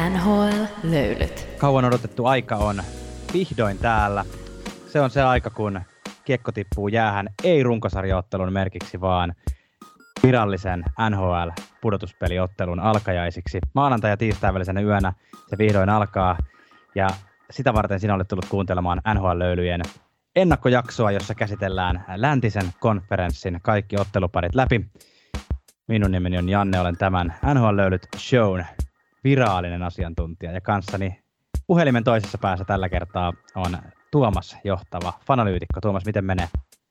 NHL-löylyt. Kauan odotettu aika on vihdoin täällä. Se on se aika, kun kiekko tippuu jäähän ei runkosarjaottelun merkiksi, vaan virallisen NHL-pudotuspeliottelun alkajaisiksi. Maanantai- ja tiistain välisenä yönä se vihdoin alkaa, ja sitä varten sinä olet tullut kuuntelemaan NHL-löylyjen ennakkojaksoa, jossa käsitellään läntisen konferenssin kaikki otteluparit läpi. Minun nimeni on Janne, olen tämän NHL-löylyt shown virallinen asiantuntija, ja kanssani puhelimen toisessa päässä tällä kertaa on Tuomas, johtava fanalyytikko. Tuomas, miten menee?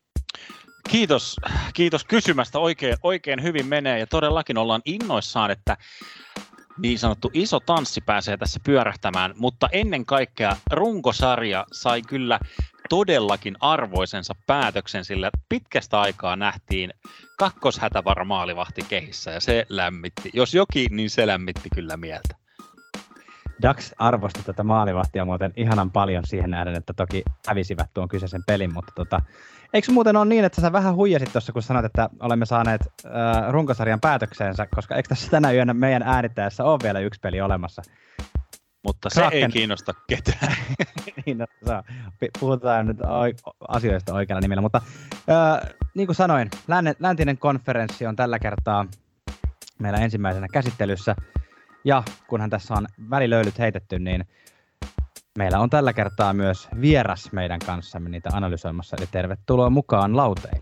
Kiitos kysymästä. Oikein hyvin menee, ja todellakin ollaan innoissaan, että niin sanottu iso tanssi pääsee tässä pyörähtämään, mutta ennen kaikkea runkosarja sai kyllä todellakin arvoisensa päätöksen, sillä pitkästä aikaa nähtiin kakkoshätävara maalivahti kehissä, ja se lämmitti. Jos jokin, niin se lämmitti kyllä mieltä. Dax arvosti tätä maalivahtia muuten ihanan paljon siihen nähden, että toki hävisivät tuon kyseisen pelin, mutta eikö muuten ole niin, että sä vähän huijasit tuossa, kun sanoit, että olemme saaneet runkosarjan päätökseensä, koska eikö tässä tänä yönä meidän äänittäessä ole vielä yksi peli olemassa? Mutta se ei kiinnosta ketään. Niin, no, puhutaan nyt asioista oikealla nimellä, mutta niin kuin sanoin, läntinen konferenssi on tällä kertaa meillä ensimmäisenä käsittelyssä. Ja kunhan tässä on välilöylyt heitetty, niin meillä on tällä kertaa myös vieras meidän kanssamme niitä analysoimassa. Eli tervetuloa mukaan lauteille.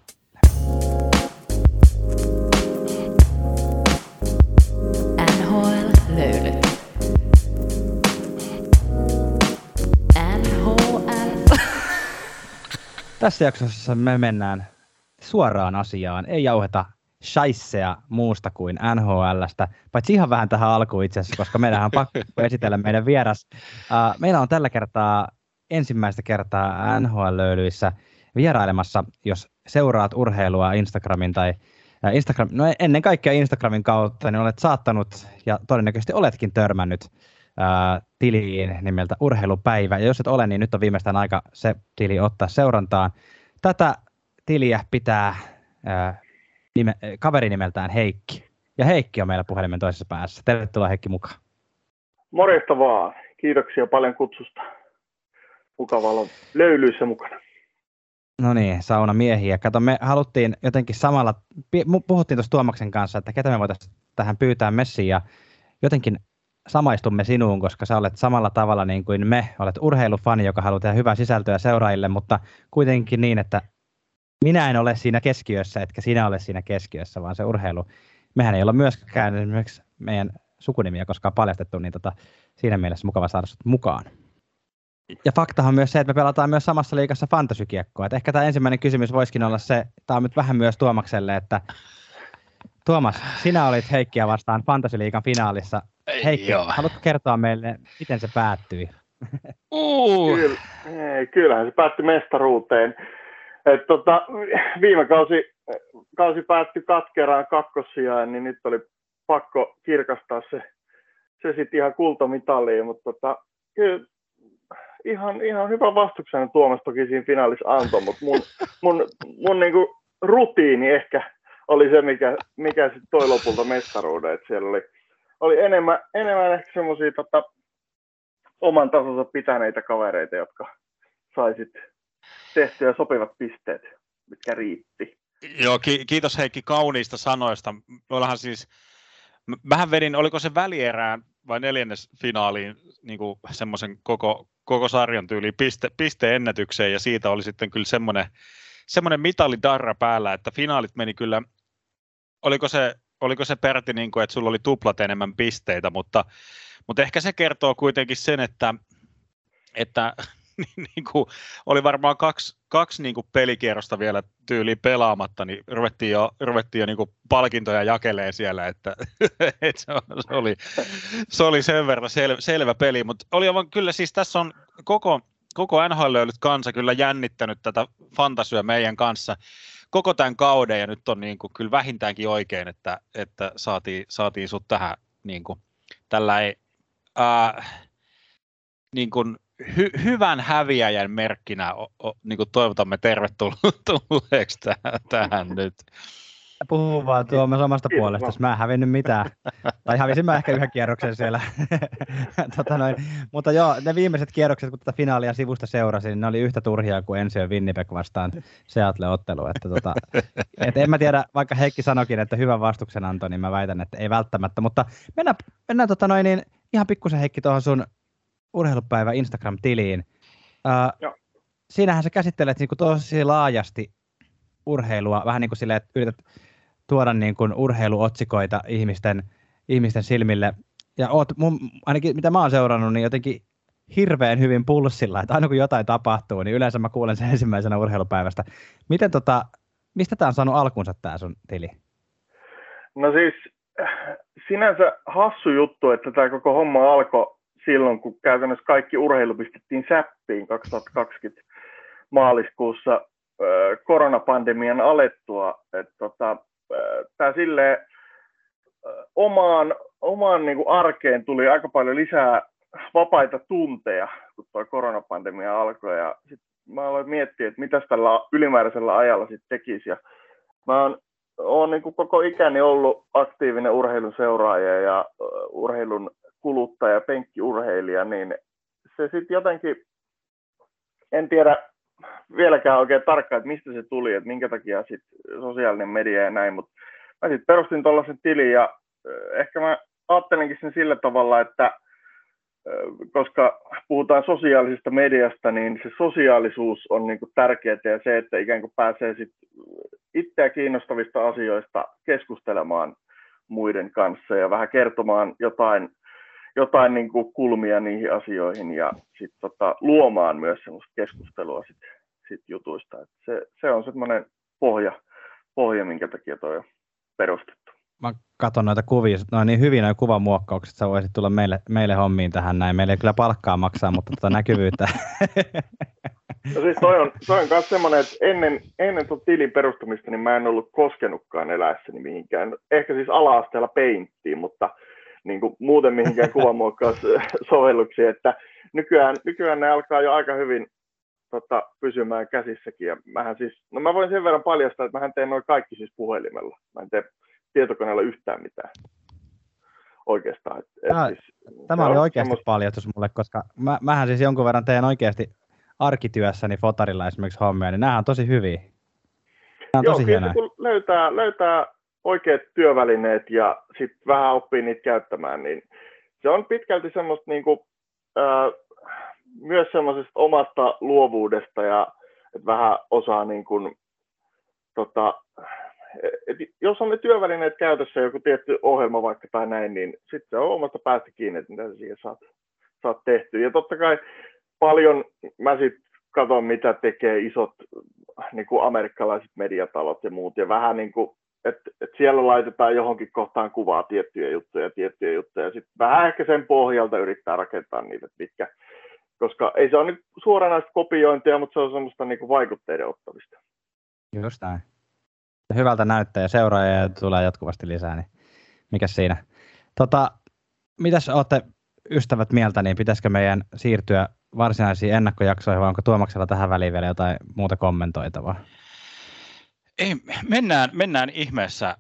NHL-löylyt. NHL. Tässä jaksossa me mennään suoraan asiaan. Ei jauheta shaisseja muusta kuin NHL:stä, paitsi ihan vähän tähän alkuun itse asiassa, koska meidän on pakko esitellä meidän vieras. Meillä on tällä kertaa ensimmäistä kertaa NHL-löylyissä vierailemassa, jos seuraat urheilua Instagramin tai ennen kaikkea Instagramin kautta, niin olet saattanut ja todennäköisesti oletkin törmännyt tiliin nimeltä Urheilupäivä. Ja jos et ole, niin nyt on viimeistään aika se tili ottaa seurantaan. Tätä tiliä pitää kaveri nimeltään Heikki. Ja Heikki on meillä puhelimen toisessa päässä. Tervetuloa Heikki mukaan. Morjesta vaan. Kiitoksia paljon kutsusta. Mukava olla löylyissä mukana. No niin, saunamiehiä. Kato, me haluttiin jotenkin samalla, puhuttiin tuossa Tuomaksen kanssa, että ketä me voitaisiin tähän pyytää messiin, ja jotenkin samaistumme sinuun, koska sä olet samalla tavalla niin kuin me. Olet urheilufani, joka haluaa tehdä hyvää sisältöä seuraajille, mutta kuitenkin niin, että minä en ole siinä keskiössä, etkä sinä ole siinä keskiössä, vaan se urheilu. Mehän ei olla myöskään esimerkiksi meidän sukunimiä koskaan paljastettu, niin siinä mielessä mukava saada sut mukaan. Ja faktahan on myös se, että me pelataan myös samassa liigassa fantasykiekkoa. Ehkä tämä ensimmäinen kysymys voisikin olla se, tämä on nyt vähän myös Tuomakselle, että Tuomas, sinä olit Heikkiä vastaan fantasyliigan finaalissa. Heikki, haluatko kertoa meille, miten se päättyi? Kyllähän se päättyi mestaruuteen. Viime kausi päättyi katkeraan kakkossijaan, niin nyt oli pakko kirkastaa se sitten ihan kultamitaliin, mutta kyllä ihan hyvä vastuksen Tuomas toki siinä finaalissa antoi, mutta mun niinku rutiini ehkä oli se, mikä sitten toi lopulta mestaruuden, että siellä oli enemmän ehkä semmoisia oman tasonsa pitäneitä kavereita, jotka sai sitten tehtyä sopivat pisteet, mitkä riitti. Joo, kiitos Heikki kauniista sanoista. Mähän vedin, oliko se välierään vai neljännesfinaaliin niin kuin semmoisen koko sarjan tyyliin pisteennätykseen, ja siitä oli sitten kyllä semmoinen mitalidarra päällä, että finaalit meni kyllä, oliko se Pertti niin kuin, että sulla oli tuplat enemmän pisteitä, mutta ehkä se kertoo kuitenkin sen, että niin kuin oli varmaan kaksi niin kuin pelikierrosta vielä tyyliin pelaamatta, niin ruvettiin jo niin kuin palkintoja jakelee siellä, että se oli sen verran selvä peli, mutta oli aivan kyllä, siis tässä on koko NHL-löylyt kansa kyllä jännittänyt tätä fantasyä meidän kanssa koko tämän kauden, ja nyt on niin kuin kyllä vähintäänkin oikein, että saatiin sut tähän niin kuin tällainen niin kuin hyvän häviäjän merkkinä niin kuin toivotamme tervetulleeksi tähän nyt. Puhuu vaan Tuomas omasta Kiitos puolesta, vaan. mä en hävinnyt mitään. Tai hävisin mä ehkä yhden kierroksen siellä. Mutta joo, ne viimeiset kierrokset, kun tätä finaalia sivusta seurasin, niin ne oli yhtä turhia kuin ensi yön Winnipeg vastaan Seattle-ottelu. Että en mä tiedä, vaikka Heikki sanokin, että hyvän vastuksen antoi, niin mä väitän, että ei välttämättä. Mutta mennään niin ihan pikkusen Heikki tuohon sun urheilupäivä Instagram-tiliin. Joo. Siinähän sä käsittelet niin kuin tosi laajasti urheilua, vähän niin kuin silleen, että yrität tuoda niin kuin urheiluotsikoita ihmisten silmille. Ja ainakin mitä mä oon seurannut, niin jotenkin hirveän hyvin pulssilla, että aina kun jotain tapahtuu, niin yleensä mä kuulen sen ensimmäisenä urheilupäivästä. Mistä tää on saanut alkunsa tää sun tili? No siis sinänsä hassu juttu, että tämä koko homma alkoi silloin, kun käytännössä kaikki urheilu pistettiin säppiin 2020 maaliskuussa koronapandemian alettua. Tämä silleen omaan niin kuin arkeen tuli aika paljon lisää vapaita tunteja, kun tuo koronapandemia alkoi. Ja sit mä aloin miettiä, että mitä tällä ylimääräisellä ajalla sitten tekisi. Ja mä oon niin kuin koko ikäni ollut aktiivinen urheilun seuraaja ja urheilun kuluttaja, penkkiurheilija, niin se sitten jotenkin, en tiedä vieläkään oikein tarkkaan, että mistä se tuli, että minkä takia sitten sosiaalinen media ja näin, mutta mä sitten perustin tuollaisen tilin ja ehkä mä ajattelenkin sen sillä tavalla, että koska puhutaan sosiaalisesta mediasta, niin se sosiaalisuus on niin kuin tärkeää ja se, että ikään kuin pääsee sit itseä kiinnostavista asioista keskustelemaan muiden kanssa ja vähän kertomaan jotain niin kuin kulmia niihin asioihin ja sitten luomaan myös semmoista keskustelua sit jutuista. Et se on semmoinen pohja, minkä takia toi on perustettu. Mä katson noita kuvia, ne on niin hyvin nuo kuvamuokkaukset, sä voisit tulla meille hommiin tähän näin. Meillä ei kyllä palkkaa maksaa, mutta näkyvyyttä. No siis toi on myös semmoinen, että ennen tuon tilin perustamista niin mä en ollut koskenutkaan eläessäni mihinkään. Ehkä siis ala-asteella peinttiin, mutta niin kuin muuten mihinkään kuvamuokkaussovelluksia. Että nykyään ne alkaa jo aika hyvin pysymään käsissäkin. Ja mä voin sen verran paljastaa, että mähän teen noin kaikki siis puhelimella. Mä en tee tietokoneella yhtään mitään oikeastaan. Tämä oli oikeasti paljastus mulle, koska mähän siis jonkun verran teen oikeasti arkityössäni fotarilla esimerkiksi hommia, niin nämä on tosi hyviä. Nämä on tosi hienoja. Kun löytää oikeat työvälineet ja sitten vähän oppii niitä käyttämään, niin se on pitkälti semmoista niinku, myös semmoisesta omasta luovuudesta ja että vähän osaa niin kuin, jos on ne työvälineet käytössä, joku tietty ohjelma vaikka tai näin, niin sitten se on omasta päästä kiinni, että mitä sä siihen saat tehtyä. Ja totta kai paljon mä sitten katson, mitä tekee isot niin kuin amerikkalaiset mediatalot ja muut. Ja vähän niin kuin, että siellä laitetaan johonkin kohtaan kuvaa tiettyjä juttuja. Ja sitten vähän ehkä sen pohjalta yrittää rakentaa niitä, koska ei se ole nyt suoranaista kopiointia, mutta se on semmoista niin kuin vaikutteiden ottamista. Just näin. Hyvältä näyttää ja seuraajia tulee jatkuvasti lisää, niin mikäs siinä. Mitäs olette ystävät mieltä, niin pitäisikö meidän siirtyä varsinaisiin ennakkojaksoihin vai onko Tuomaksella tähän väliin vielä jotain muuta kommentoitavaa? Ei, mennään ihmeessä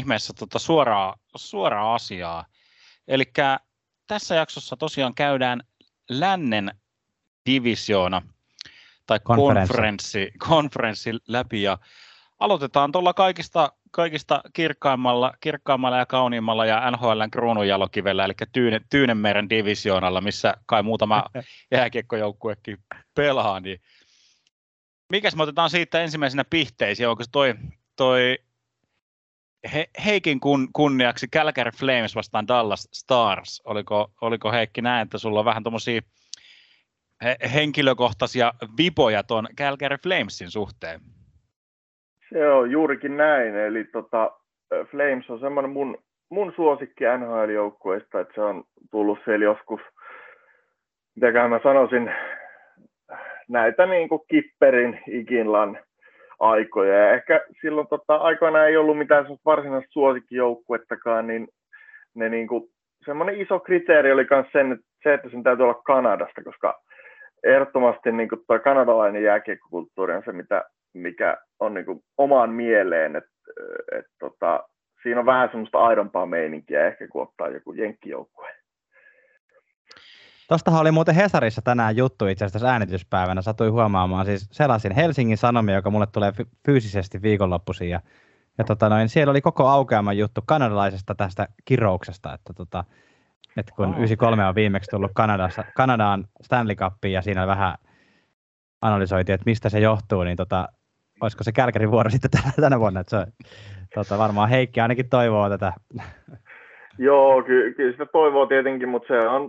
suoraa asiaa. Eli tässä jaksossa tosiaan käydään lännen divisioona tai konferenssi läpi ja aloitetaan tuolla kaikista kirkkaimmalla ja kauniimmalla ja NHL:n kruununjalokivellä, eli Tyynenmeren divisioonalla, missä kai muutama jääkiekkojoukkuekin pelaa. Niin mikäs me otetaan siitä ensimmäisenä pihteisiin? Onko se toi Heikin kunniaksi Calgary Flames vastaan Dallas Stars? Oliko Heikki näin, että sulla on vähän tuommoisia henkilökohtaisia vipoja tuon Calgary Flamesin suhteen? Se on juurikin näin, eli Flames on semmoinen mun suosikki NHL-joukkueista, että se on tullut siellä joskus, mitäköhän mä sanoisin, näitä niin kuin Kipperin, Iginlan aikoja. Ja ehkä silloin aikoina ei ollut mitään varsinaista suosikkijoukkuettakaan, niin ne niin kuin, semmoinen iso kriteeri oli myös se, että sen täytyy olla Kanadasta, koska ehdottomasti niin kuin tuo kanadalainen jääkiekkokulttuuri on se, mikä on niin kuin omaan mieleen, että siinä on vähän semmoista aidompaa meininkiä ehkä kuin ottaa joku jenkkijoukkue. Tuostahan oli muuten Hesarissa tänään juttu itse asiassa äänityspäivänä, satuin huomaamaan, siis selasin Helsingin Sanomia, joka mulle tulee fyysisesti viikonloppuisin, ja siellä oli koko aukeaman juttu kanadalaisesta tästä kirouksesta, että kun 93 on viimeksi tullut Kanadaan Stanley Cupiin, ja siinä vähän analysoitiin, että mistä se johtuu, niin olisiko se Kälkärin vuoro sitten tänä vuonna, että se varmaan Heikki ainakin toivoo tätä. Joo, kyllä sitä toivoo tietenkin, mutta se on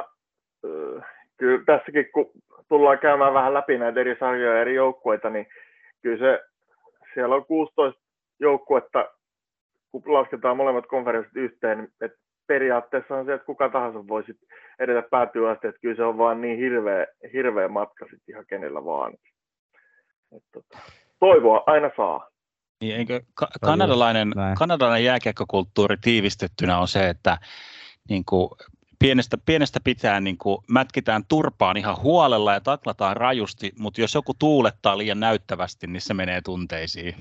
kyllä tässäkin, kun tullaan käymään vähän läpi näitä eri sarjoja ja eri joukkueita, niin kyllä siellä on 16 joukkuetta, kun lasketaan molemmat konferenssit yhteen, että periaatteessa on se, että kuka tahansa voi sit edetä päätyä asti, että kyllä se on vaan niin hirveä matka sitten ihan kenellä vaan. Toivoa aina saa. Niin, eikö kanadalainen jääkiekkokulttuuri tiivistettynä on se, että niin kuin pienestä pitää niin kuin mätkitään turpaan ihan huolella ja taklataan rajusti, mutta jos joku tuulettaa liian näyttävästi, niin se menee tunteisiin.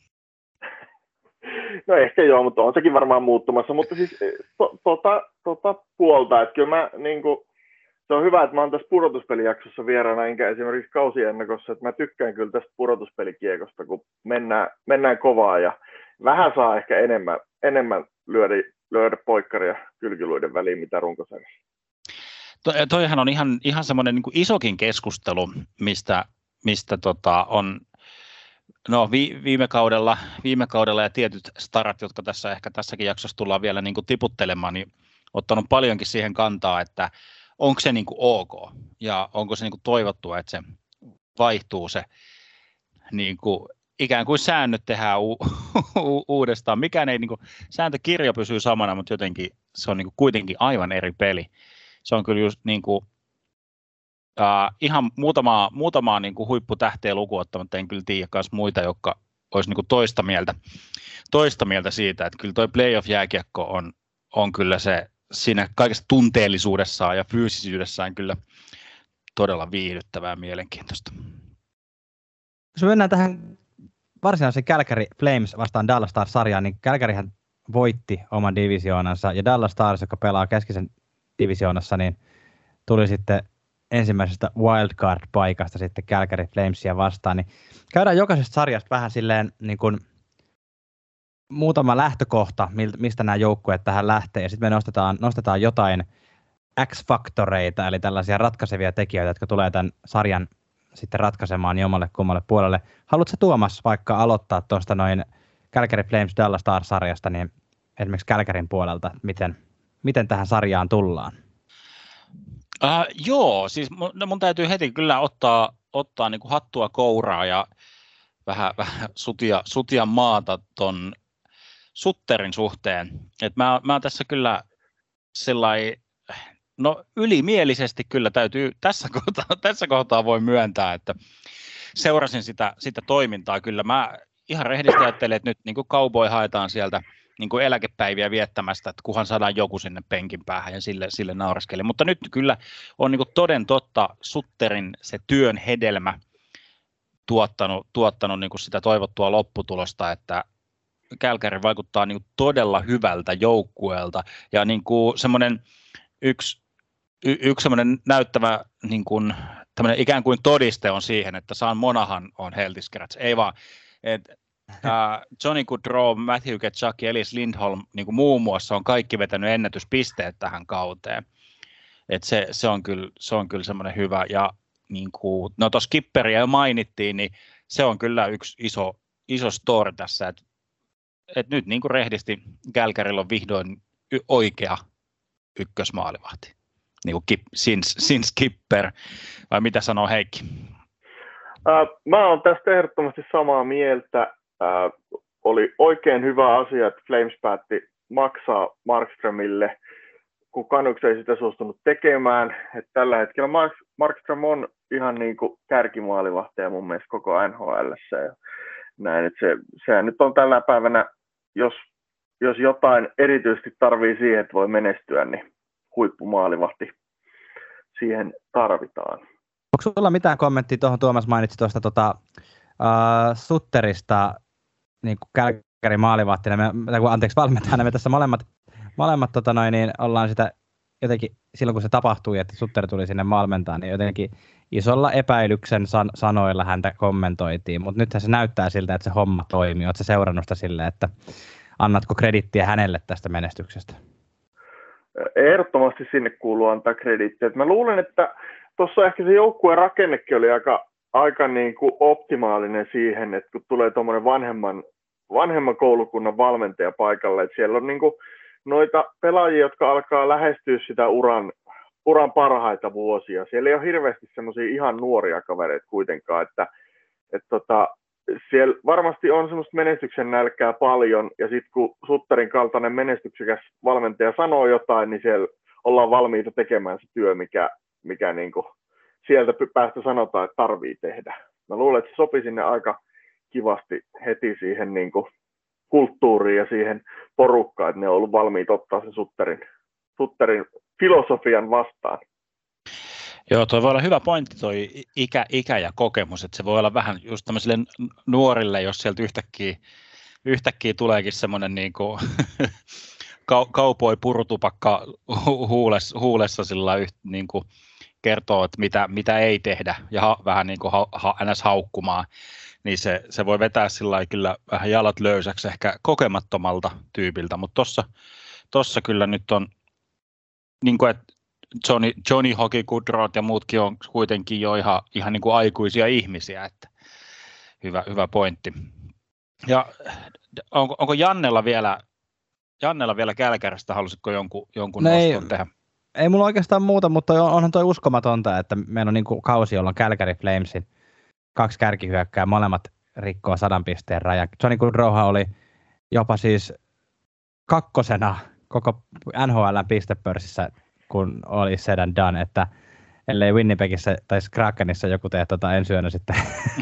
No ehkä joo, mutta on sekin varmaan muuttumassa, mutta siis puolta, että kyllä mä niinku, se on hyvä, että mä oon tässä pudotuspelijaksossa vieraana, enkä esimerkiksi kausiennakossa, että mä tykkään kyllä tästä pudotuspelikiekosta, kun mennään kovaa ja vähän saa ehkä enemmän lyödä poikkaria kylkiluiden väliin, mitä runkosarjassa. Toihan on ihan semmoinen niin kuin isokin keskustelu, mistä on viime kaudella ja tietyt starat, jotka tässäkin jaksossa tullaan vielä niin kuin tiputtelemaan, niin ottanut paljonkin siihen kantaa, että onko se niin kuin ok ja onko se niin kuin toivottua, että se vaihtuu se niin kuin ikään kuin säännöt tehdään uudestaan. Mikään ei, niin kuin, sääntökirja pysyy samana, mutta jotenkin se on niin kuin kuitenkin aivan eri peli. Se on kyllä just niin kuin, ihan muutamaa niin kuin huipputähteä lukuun ottamatta, en kyllä tiedä myös muita, jotka olisi niin kuin toista mieltä siitä, että kyllä toi playoff-jääkiekko on kyllä se siinä kaikessa tunteellisuudessaan ja fyysisyydessään kyllä todella viihdyttävää ja mielenkiintoista. Jos mennään tähän varsinaisen Calgary Flames vastaan Dallas Stars-sarjaan, niin Calgaryhän voitti oman divisioonansa, ja Dallas Stars, joka pelaa keskisen divisioonassa, niin tuli sitten ensimmäisestä wildcard-paikasta sitten Calgary Flamesia vastaan. Niin käydään jokaisesta sarjasta vähän silleen niin kuin muutama lähtökohta, mistä nämä joukkueet tähän lähtee, ja sitten me nostetaan jotain X-faktoreita, eli tällaisia ratkaisevia tekijöitä, jotka tulee tämän sarjan sitten ratkaisemaan jommalle kummalle puolelle. Haluatko Tuomas vaikka aloittaa tuosta noin Calgary Flames Dallas Stars-sarjasta, niin esimerkiksi Calgaryn puolelta, miten tähän sarjaan tullaan? Joo, siis mun täytyy heti kyllä ottaa niin kuin hattua kouraa ja vähän sutia maata ton Sutterin suhteen. Et mä oon tässä kyllä ylimielisesti kyllä täytyy tässä kohtaa voi myöntää, että seurasin sitä toimintaa kyllä. Mä ihan rehellisesti ajattelen, että nyt niin kuin cowboy haetaan sieltä niin kuin eläkepäiviä viettämästä, että kunhan saadaan joku sinne penkin päähän ja sille naureskeli. Mutta nyt kyllä on niin kuin toden totta Sutterin se työn hedelmä tuottanut niin kuin sitä toivottua lopputulosta, että Calgary vaikuttaa niin kuin todella hyvältä joukkueelta ja niin kuin semmoinen yksi semmoinen näyttävä niin kuin tämmöinen ikään kuin todiste on siihen, että Sean Monahan on healthy scratch. Ei vaan, että Johnny Gaudreau, Matthew Tkachuk ja Elias Lindholm niin kuin muun muassa on kaikki vetänyt ennätyspisteet tähän kauteen. Et se on kyllä semmoinen hyvä. Ja niin kuin, no tuossa Skipperia jo mainittiin, niin se on kyllä yksi iso story tässä. Et nyt niin kuin rehdisti Calgarylla on vihdoin oikea ykkösmaalivahti. Niin kuin sin Skipper, vai mitä sanoo Heikki? Mä oon tästä ehdottomasti samaa mieltä. Oli oikein hyvä asia, että Flames päätti maksaa Markströmille, kun Canucks ei sitä suostunut tekemään. Et tällä hetkellä Markström on ihan niin kuin kärkimaalivahti mun mielestä koko NHL:ssä. Ja näin, että sehän nyt on tällä päivänä, jos jotain erityisesti tarvii siihen, että voi menestyä, niin huippumaalivahti siihen tarvitaan. Onko sulla mitään kommenttia tuohon, Tuomas mainitsi tuosta Sutterista, niin kuin Kälkärin maalivahtina, valmentajana, me tässä molemmat niin ollaan sitä jotenkin, silloin kun se tapahtui, että Sutter tuli sinne valmentaan, niin jotenkin isolla epäilyksen sanoilla häntä kommentoitiin, mutta nythän se näyttää siltä, että se homma toimii. Oletko seurannut sitä silleen, että annatko kredittiä hänelle tästä menestyksestä? Ehdottomasti sinne kuuluu antaa kredittiä. Mä luulen, että tuossa ehkä se joukkueen rakennekin oli aika niin kuin optimaalinen siihen, että kun tulee tuommoinen vanhemman koulukunnan valmentaja paikalle, että siellä on niin kuin noita pelaajia, jotka alkaa lähestyä sitä uran parhaita vuosia. Siellä ei ole hirveästi semmoisia ihan nuoria kavereita kuitenkaan, että siellä varmasti on semmoista menestyksen nälkää paljon, ja sitten kun Sutterin kaltainen menestyksekäs valmentaja sanoo jotain, niin siellä ollaan valmiita tekemään se työ, mikä niin kuin sieltä päästä sanotaan, että tarvii tehdä. Mä luulen, että se sopi sinne aika kivasti heti siihen niin kuin kulttuuriin ja siihen porukkaan, että ne on ollut valmiita ottaa sen Sutterin filosofian vastaan. Joo, toi voi olla hyvä pointti toi ikä ja kokemus, että se voi olla vähän just tämmöisille nuorille, jos sieltä yhtäkkiä tuleekin semmoinen niin kuin kaupoi purutupakka huulessa sillä niin kuin kertoo, että mitä ei tehdä ja vähän niin kuin ns. Haukkumaan, niin se voi vetää sillä kyllä vähän jalat löysäksi ehkä kokemattomalta tyypiltä, mutta tossa kyllä nyt on niin kuin, että Johnny Hockey, Goodrow ja muutkin on kuitenkin jo ihan niin kuin aikuisia ihmisiä, että hyvä pointti. Ja onko Jannella vielä Kälkärästä, halusitko jonkun noston tehdä? Ei mulla oikeastaan muuta, mutta onhan toi uskomatonta, että meillä on niin kuin kausi, jolla on Calgary Flamesin 2 kärkihyökkää, molemmat rikkoo 100 pisteen rajan. Johnny Goodrowhan oli jopa siis 2. koko NHL:n pistepörssissä, kun oli said and done, että ellei Winnipegissä tai Krakenissa joku tee ensi yönä sitten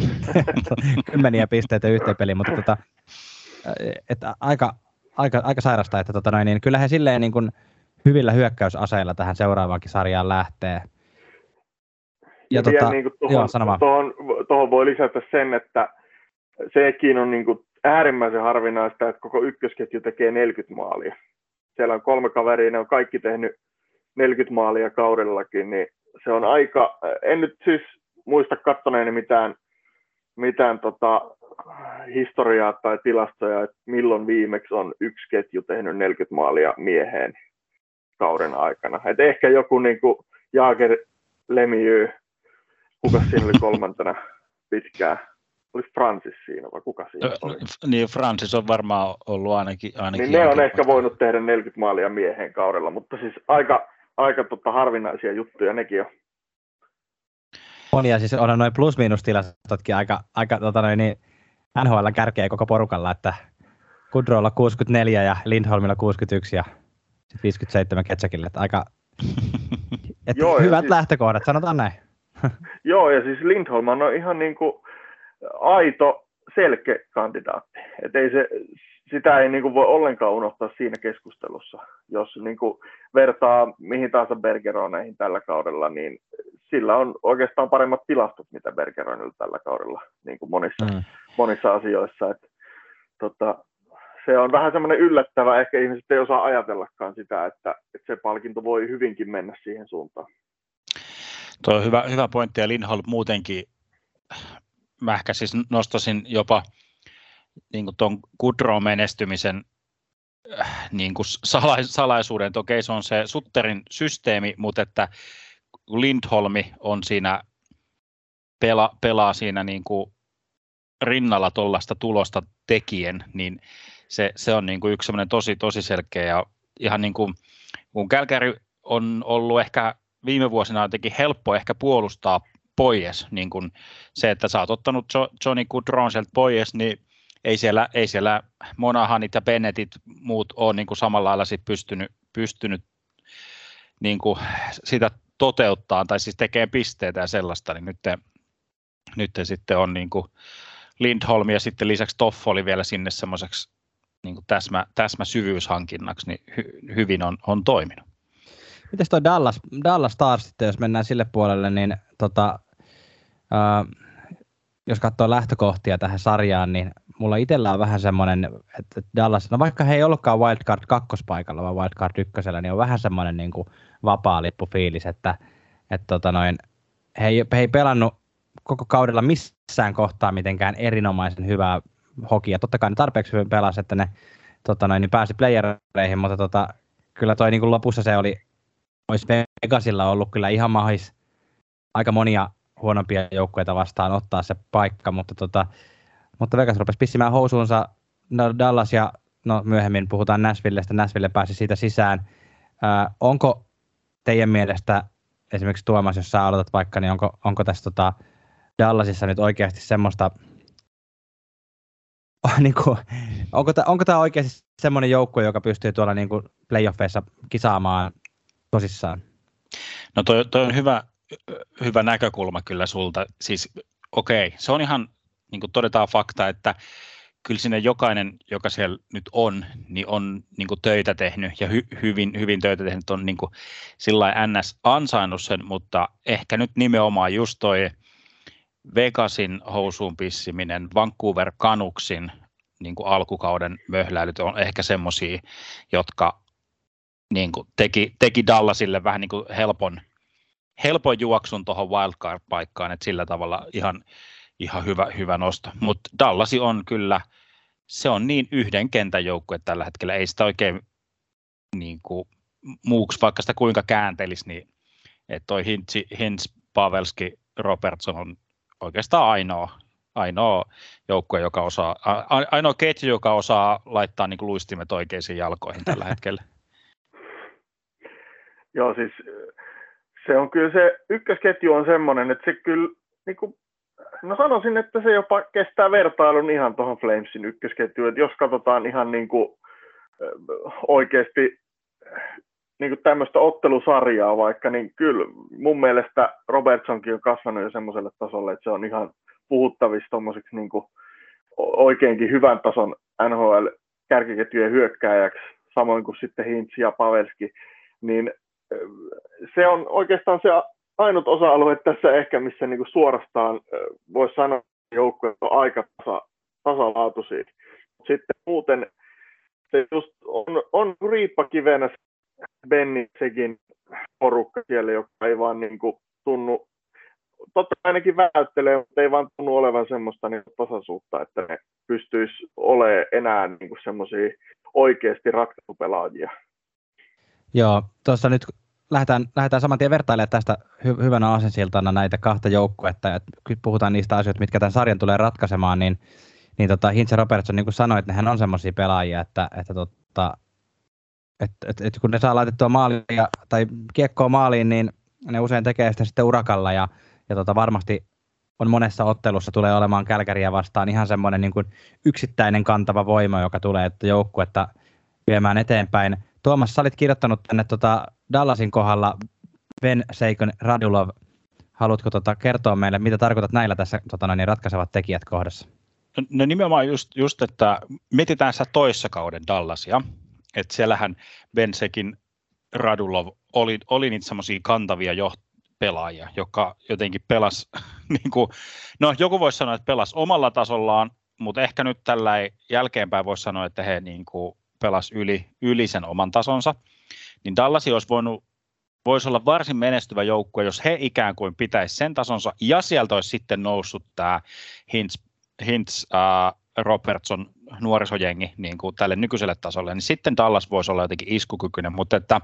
10 pisteitä yhteen peliin, mutta että aika sairasta, että niin kyllä he silleen niin kuin hyvillä hyökkäysaseilla tähän seuraavaankin sarjaan lähtee. Ja niin tuohon voi lisätä sen, että sekin on niin kuin äärimmäisen harvinaista, että koko ykkösketju tekee 40 maalia. Siellä on 3 kaveria, ne on kaikki tehnyt 40 maalia kaudellakin, niin se on aika, en nyt siis muista katsoneeni mitään historiaa tai tilastoja, että milloin viimeksi on yksi ketju tehnyt 40 maalia mieheen kauden aikana. Et ehkä joku niin kuin Jaager Lemieux, kuka siinä oli 3. pitkään? Oliko Francis siinä vai kuka siinä oli? Niin, Francis on varmaan ollut ainakin niin ne on ehkä voinut tehdä 40 maalia mieheen kaudella, mutta siis aika harvinaisia juttuja nekin on. On, ja siis on noin plus-miinus-tilastotkin aika NHL kärkeä koko porukalla, että Goodrowlla 64 ja Lindholmilla 61 ja 57 Ketsäkille, että aika Joo, hyvät siis, lähtökohdat, sanotaan näin. Joo, ja siis Lindholm on ihan niin kuin aito selkeäkandidaatti, että sitä ei niin kuin voi ollenkaan unohtaa siinä keskustelussa. Jos niin kuin vertaa mihin tahansa Bergeroneihin tällä kaudella, niin sillä on oikeastaan paremmat tilastot, mitä Bergeronilla tällä kaudella niin kuin monissa asioissa. Että, se on vähän semmoinen yllättävä, ehkä ihmiset ei osaa ajatellakaan sitä, että se palkinto voi hyvinkin mennä siihen suuntaan. Tuo on hyvä pointti, ja Lindholm muutenkin, mä ehkä siis nostaisin jopa niin kuin tuon Goodrow-menestymisen niin kuin salaisuuden. Okei, se on se Sutterin systeemi, mutta että Lindholmi on siinä, pelaa siinä niin kuin rinnalla tuollaista tulosta tekien, niin se on niin kuin yksi semmoinen tosi selkeä, ja ihan niin kuin kun Calgary on ollut ehkä viime vuosina jotenkin helppo ehkä puolustaa pois, niin kuin se, että sä oot ottanut Johnny Goodrown sieltä pois, niin ei siellä Monahanit ja Bennettit muut ole niin kuin samalla lailla sit pystynyt niin kuin sitä toteuttaa, tai siis tekee pisteitä ja sellaista, niin nyt sitten on niin kuin Lindholm ja sitten lisäksi Toffoli vielä sinne semmoiseksi niin kuin täsmäsyvyyshankinnaksi, niin hyvin on toiminut. Mites toi Dallas Stars sitten, jos mennään sille puolelle, niin jos katsoo lähtökohtia tähän sarjaan, niin mulla itsellä on vähän semmoinen, että Dallas, no vaikka he ei ollutkaan wildcard 2-paikalla, vaan wildcard 1, niin on vähän semmoinen niin kuin vapaa lippufiilis, että he ei pelannut koko kaudella missään kohtaa mitenkään erinomaisen hyvää hokia. Totta kai ne tarpeeksi hyvin pelasi, että ne niin pääsi playereihin, mutta kyllä toi niin kuin lopussa se olisi Vegasilla ollut kyllä ihan mahis aika monia huonompia joukkueita vastaan ottaa se paikka, mutta Vegas rupesi pissimään housuunsa. Dallas ja myöhemmin puhutaan Nashvillestä. Nashville pääsi siitä sisään. Onko teidän mielestä, esimerkiksi Tuomas, jos sä aloitat vaikka, niin onko tässä Dallasissa nyt oikeasti semmoista, niin kuin, onko tämä oikeasti semmoinen joukkue, joka pystyy tuolla niin kuin playoffeissa kisaamaan tosissaan? No toi on hyvä näkökulma kyllä sulta. Siis okei, se on ihan, niin kuin todetaan fakta, että kyllä sinne jokainen, joka siellä nyt on, niin on niin kuin töitä tehnyt ja hyvin töitä tehnyt, on niin kuin sillä NS ansainnut sen, mutta ehkä nyt nimenomaan just toi Vegasin housuun pissiminen, Vancouver Canucksin niin kuin alkukauden möhläilyt on ehkä semmoisia, jotka niin kuin teki Dallasille vähän niin kuin helpon juoksun tuohon wildcard-paikkaan, että sillä tavalla ihan hyvä nosto. Mutta Dallasi on kyllä, se on niin yhden kentän joukkue tällä hetkellä, ei sitä oikein niin kuin muuksi, vaikka sitä kuinka kääntelisi, niin että toi Hintz, Pavelski, Robertson on oikeastaan ainoa joukkue, joka osaa, ainoa ketju, joka osaa laittaa niin kuin luistimet oikeisiin jalkoihin tällä hetkellä. Joo, siis se on kyllä se ykkösketju on semmoinen, että se kyllä, niin kuin, no sanoisin, että se jopa kestää vertailun ihan tuohon Flamesin ykkösketjuun, että jos katsotaan ihan niin kuin oikeasti niin kuin tämmöistä ottelusarjaa vaikka, niin kyllä mun mielestä Robertsonkin on kasvanut jo semmoiselle tasolle, että se on ihan puhuttavissa tommoseksi niin kuin oikeinkin hyvän tason NHL-kärkiketjujen hyökkääjäksi, samoin kuin sitten Hintz ja Pavelski, niin se on oikeastaan se ainut osa-alue tässä ehkä, missä niin kuin suorastaan voisi sanoa, että joukkueet on aika tasalaatuisia. Sitten muuten se just on riippakivenä Bennisekin porukka siellä, joka ei vaan niin kuin tunnu, totta ainakin välttelee, mutta ei vaan tunnu olevan semmoista niin tasaisuutta, että ne pystyisi olemaan enää niin kuin semmoisia oikeasti ratkaisupelaajia. Joo, tuossa nyt lähdetään saman tien vertailemaan tästä hyvänä aasinsiltana näitä kahta joukkuetta, ja puhutaan niistä asioista, mitkä tämän sarjan tulee ratkaisemaan, niin Hintz ja Robertson, niin kuin sanoit, nehän on semmoisia pelaajia, että kun ne saa laitettua maalia tai kiekkoa maaliin, niin ne usein tekee sitä sitten urakalla, ja varmasti on monessa ottelussa tulee olemaan Calgaryä vastaan ihan semmoinen niin kuin yksittäinen kantava voima, joka tulee joukkuetta viemään eteenpäin. Tuomas, sä olit kirjoittanut tänne Dallasin kohdalla Venseikon Radulov. Haluatko kertoa meille, mitä tarkoitat näillä tässä niin ratkaisevat tekijät kohdassa? No nimenomaan just että mietitään sitä toissa kauden Dallasia, että siellähän Vensekin Radulov oli niitä semmoisia kantavia pelaajia, joka jotenkin pelasi, niin kuin, no joku voisi sanoa, että pelasi omalla tasollaan, mutta ehkä nyt tällä jälkeenpäin voisi sanoa, että he niin kuin pelasi yli sen oman tasonsa, niin Dallasi voisi olla varsin menestyvä joukkue, jos he ikään kuin pitäisi sen tasonsa, ja sieltä olisi sitten noussut tämä Hintz Robertson nuorisojengi niin kuin tälle nykyiselle tasolle, niin sitten Dallas voisi olla jotenkin iskukykyinen, mutta että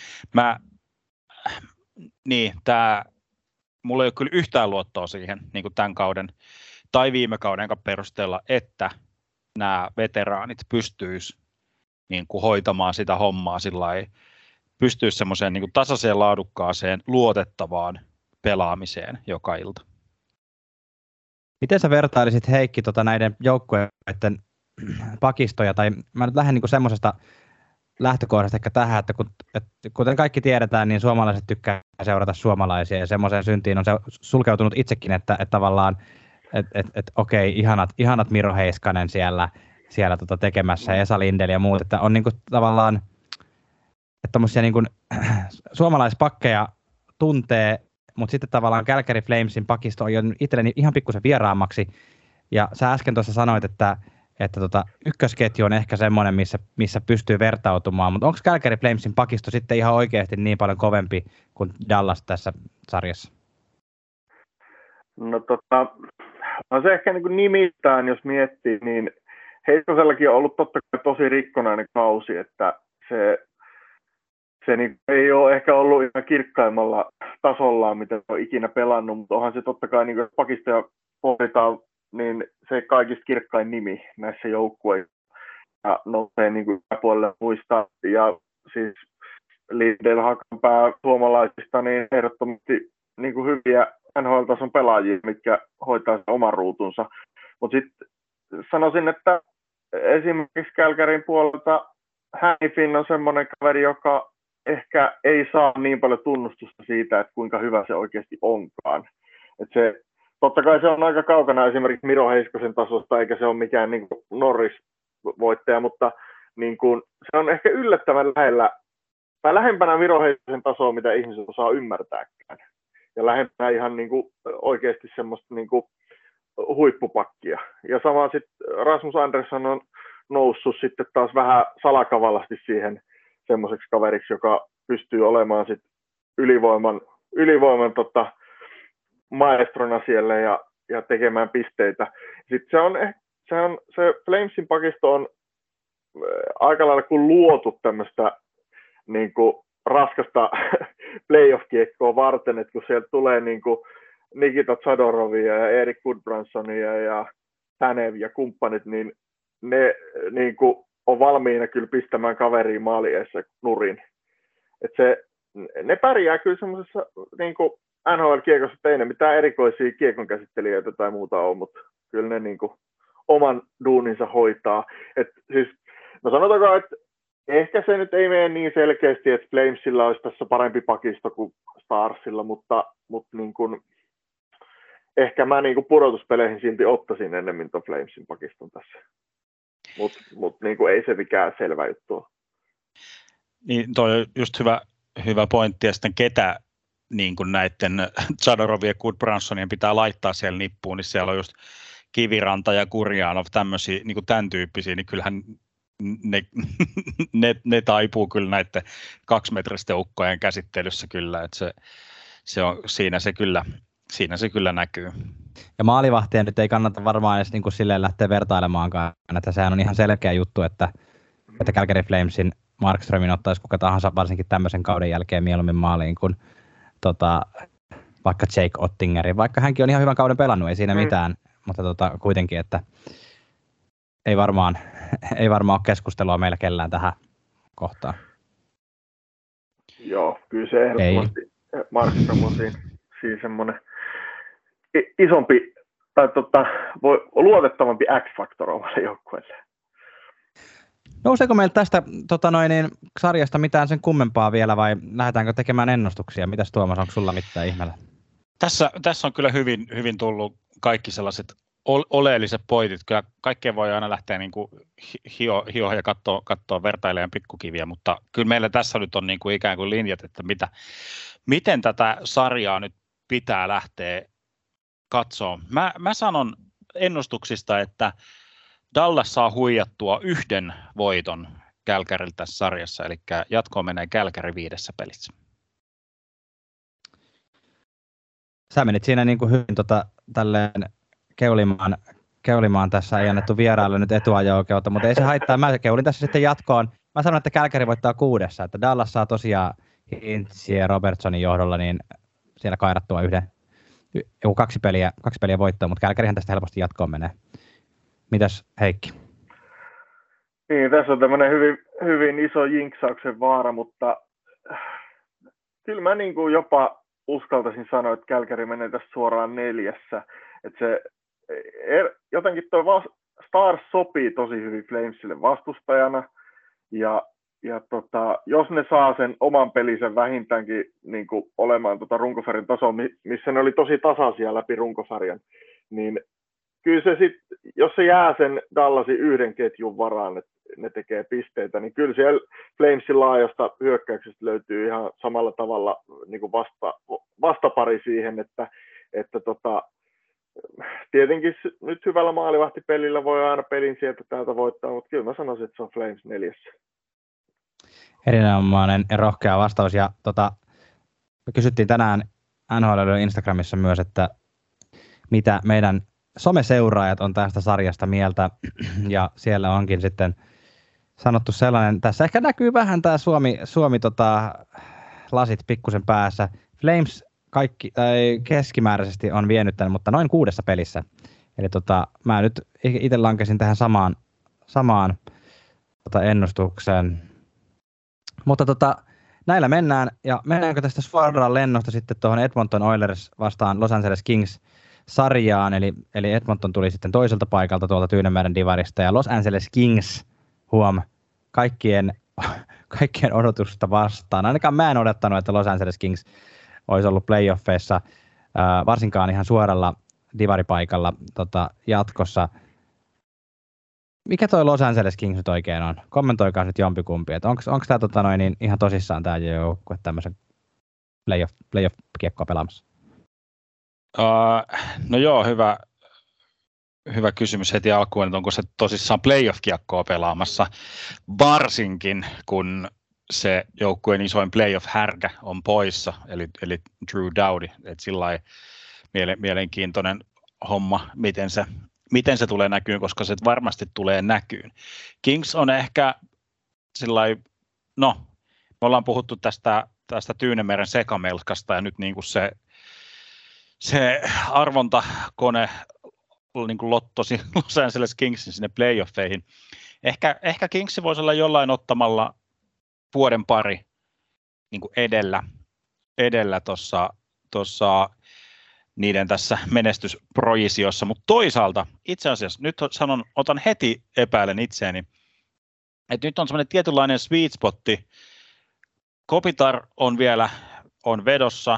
mulla ei ole kyllä yhtään luottoa siihen niin kuin tämän kauden tai viime kauden perusteella, että nämä veteraanit pystyisivät niin kuin hoitamaan sitä hommaa sillai, pystyisi semmoiseen niin kuin tasaiseen, laadukkaaseen, luotettavaan pelaamiseen joka ilta. Miten sä vertailisit, Heikki, näiden joukkueiden pakistoja, tai mä nyt lähden niin kuin semmoisesta lähtökohdasta ehkä tähän, että kuten kaikki tiedetään, niin suomalaiset tykkää seurata suomalaisia, ja semmoiseen syntiin on se sulkeutunut itsekin, että tavallaan, että okei, ihanat Miro Heiskanen siellä tekemässä, ja Esa Lindell ja muut, että on niin kuin tavallaan, että tommosia niin kuin suomalaispakkeja tuntee mutta sitten tavallaan Calgary Flamesin pakisto on jo itselleni ihan pikkusen vieraammaksi. Ja sä äsken tuossa sanoit, että ykkösketju on ehkä semmoinen, missä pystyy vertautumaan, mutta onko Calgary Flamesin pakisto sitten ihan oikeasti niin paljon kovempi kuin Dallas tässä sarjassa? No se ehkä niin kuin nimittäin, jos miettii, niin Heiskosellakin on ollut totta kai tosi rikkonainen kausi, että se niin ei ole ehkä ollut ihan kirkkaimmalla tasollaan, mitä on ikinä pelannut, mutta onhan se totta kai, niin kuin pakistoja pohditaan, niin se kaikista kirkkain nimi näissä joukkueissa ja nousee niin kuin puolelle muista. Ja siis Lindell Hakanpää suomalaisista, niin ehdottomasti niin kuin hyviä NHL-tason pelaajia, mitkä hoitaa sen oman ruutunsa. Mutta sitten sanoisin, että esimerkiksi Calgaryn puolelta Hanifin on semmoinen kaveri, joka ehkä ei saa niin paljon tunnustusta siitä, että kuinka hyvä se oikeasti onkaan. Totta kai se on aika kaukana esimerkiksi Miro Heiskosen tasosta, eikä se ole mikään niin kuin Norris-voittaja, mutta niin kuin, se on ehkä yllättävän lähempänä Miro Heiskosen tasoa, mitä ihmiset osaa ymmärtääkään. Ja lähempänä ihan niin kuin, oikeasti semmoista niin kuin, huippupakkia. Ja sama sitten Rasmus Andersson on noussut sitten taas vähän salakavallasti siihen semmoiseksi kaveriksi, joka pystyy olemaan sitten ylivoiman maestrona siellä ja tekemään pisteitä. Sitten se Flamesin pakisto on aika lailla kuin luotu tämmöistä niin kuin raskasta playoff-kiekkoa varten, että kun sieltä tulee niin kuin Nikita Zadorovia ja Erik Goodbransonia ja Tanev ja kumppanit, niin ne niin kuin on valmiina kyllä pistämään kaveriin maaliessa nurin. Ne pärjää kyllä semmoisessa niin kuin NHL-kiekossa, että ei ne mitään erikoisia kiekon käsittelijöitä tai muuta ole, mutta kyllä ne niin kuin oman duuninsa hoitaa. Siis, no sanotaanko, että ehkä se nyt ei mene niin selkeästi, että Flamesilla olisi tässä parempi pakisto kuin Starsilla, mutta niin kuin, ehkä mä niin kuin pudotuspeleihin silti ottaisin ennemmin tuon Flamesin pakiston tässä. Mutta niin kuin ei se mikään selvä juttu ole. Niin toi on just hyvä pointti, ja sitten ketä niin kuin näiden Zadorovia ja Goodbransonien pitää laittaa siellä nippuun, niin siellä on just Kiviranta ja Gurjanov, tämmöisiä, niin kuin tämän tyyppisiä, niin kyllähän ne taipuu kyllä näiden kaksimetristen ukkojen käsittelyssä kyllä, että se on, siinä se kyllä näkyy. Ja maalivahtia nyt ei kannata varmaan edes niin kuin silleen lähteä vertailemaankaan, että sehän on ihan selkeä juttu, että Calgary Flamesin Markströmin ottaisi kuka tahansa varsinkin tämmöisen kauden jälkeen mieluummin maaliin kuin vaikka Jake Ottingerin, vaikka hänkin on ihan hyvän kauden pelannut, ei siinä mitään, mutta kuitenkin, että ei varmaan ole keskustelua meillä kellään tähän kohtaan. Joo, kyllä se ehdottomasti Markström on siinä semmoinen isompi tai luotettavampi X-faktor omalle joukkueelle. Nouseeko meillä tästä sarjasta mitään sen kummempaa vielä vai lähdetäänkö tekemään ennustuksia? Mitäs Tuomas, onko sulla mitään ihmeellä? Tässä on kyllä hyvin tullut kaikki sellaiset oleelliset pointit. Kyllä kaikkea voi aina lähteä niin kuin hioa ja katsoa vertailemaan pikkukiviä, mutta kyllä meillä tässä nyt on niin kuin ikään kuin linjat, että miten tätä sarjaa nyt pitää lähteä katsoa. Mä sanon ennustuksista, että Dallas saa huijattua yhden voiton Calgarylla tässä sarjassa, eli jatkoon menee Calgary 5 pelissä. Sä menit siinä niin kuin hyvin tälleen keulimaan tässä, ei annettu vieraille nyt etuajo-oikeutta, mutta ei se haittaa. Mä keulin tässä sitten jatkoon. Mä sanon, että Calgary voittaa 6, että Dallas saa tosiaan Hintzia ja Robertsonin johdolla niin siellä kairattua kaksi peliä voittoa, mutta Calgaryhän tästä helposti jatkoon menee. Mitäs Heikki? Niin, tässä on tämmöinen hyvin iso jinksauksen vaara, mutta kyllä mä niin kuin jopa uskaltaisin sanoa, että Calgary menee tässä suoraan 4. Että se jotenkin tuo Stars sopii tosi hyvin Flamesille vastustajana ja jos ne saa sen oman pelisen vähintäänkin niin kuin olemaan runkosarjan tasoa, missä ne oli tosi tasaisia läpi runkosarjan, niin kyllä se sitten, jos se jää sen Dallasin yhden ketjun varaan, että ne tekee pisteitä, niin kyllä siellä Flamesin laajasta hyökkäyksestä löytyy ihan samalla tavalla niin kuin vastapari siihen, että tietenkin nyt hyvällä maalivahtipelillä voi aina pelin sieltä täältä voittaa, mutta kyllä mä sanoisin, että se on Flames 4. Erinomainen ja rohkea vastaus. Ja me kysyttiin tänään NHL Instagramissa myös, että mitä meidän someseuraajat on tästä sarjasta mieltä, ja siellä onkin sitten sanottu sellainen, tässä ehkä näkyy vähän tämä Suomi lasit pikkusen päässä. Flames keskimääräisesti on vienyt tämän, mutta noin 6 pelissä. Eli mä nyt itse lankesin tähän samaan ennustukseen. Mutta näillä mennään, ja mennäänkö tästä suoraan lennosta sitten tuohon Edmonton Oilers vastaan Los Angeles Kings sarjaan, eli Edmonton tuli sitten toiselta paikalta tuolta Tyynemeren divarista, ja Los Angeles Kings, kaikkien odotusta vastaan. Ainakaan mä en odottanut, että Los Angeles Kings olisi ollut playoffeissa, varsinkaan ihan suoralla divaripaikalla jatkossa. Mikä toi Los Angeles Kings nyt oikein on? Kommentoikaa nyt jompikumpi, että onko tämä ihan tosissaan tämä joukkue tämmöisen playoff-kiekkoa pelaamassa? No joo, hyvä kysymys heti alkuun, että onko se tosissaan playoff-kiekkoa pelaamassa, varsinkin kun se joukkueen isoin playoff-härkä on poissa, eli Drew Doughty, että sillä mielenkiintoinen homma, miten se tulee näkyyn, koska se varmasti tulee näkyyn. Kings on ehkä sillai, no, me ollaan puhuttu tästä Tyynemeren sekamelskasta, ja nyt niin kuin se arvontakone niin kuin lottosi Los Angeles Kingsin sinne playoffeihin. Ehkä Kingsi voisi olla jollain ottamalla vuoden pari niin kuin edellä tuossa niiden tässä menestysprojisiossa, mutta toisaalta itse asiassa nyt otan heti epäilen itseäni, että nyt on semmoinen tietynlainen sweet spotti. Kopitar on vedossa,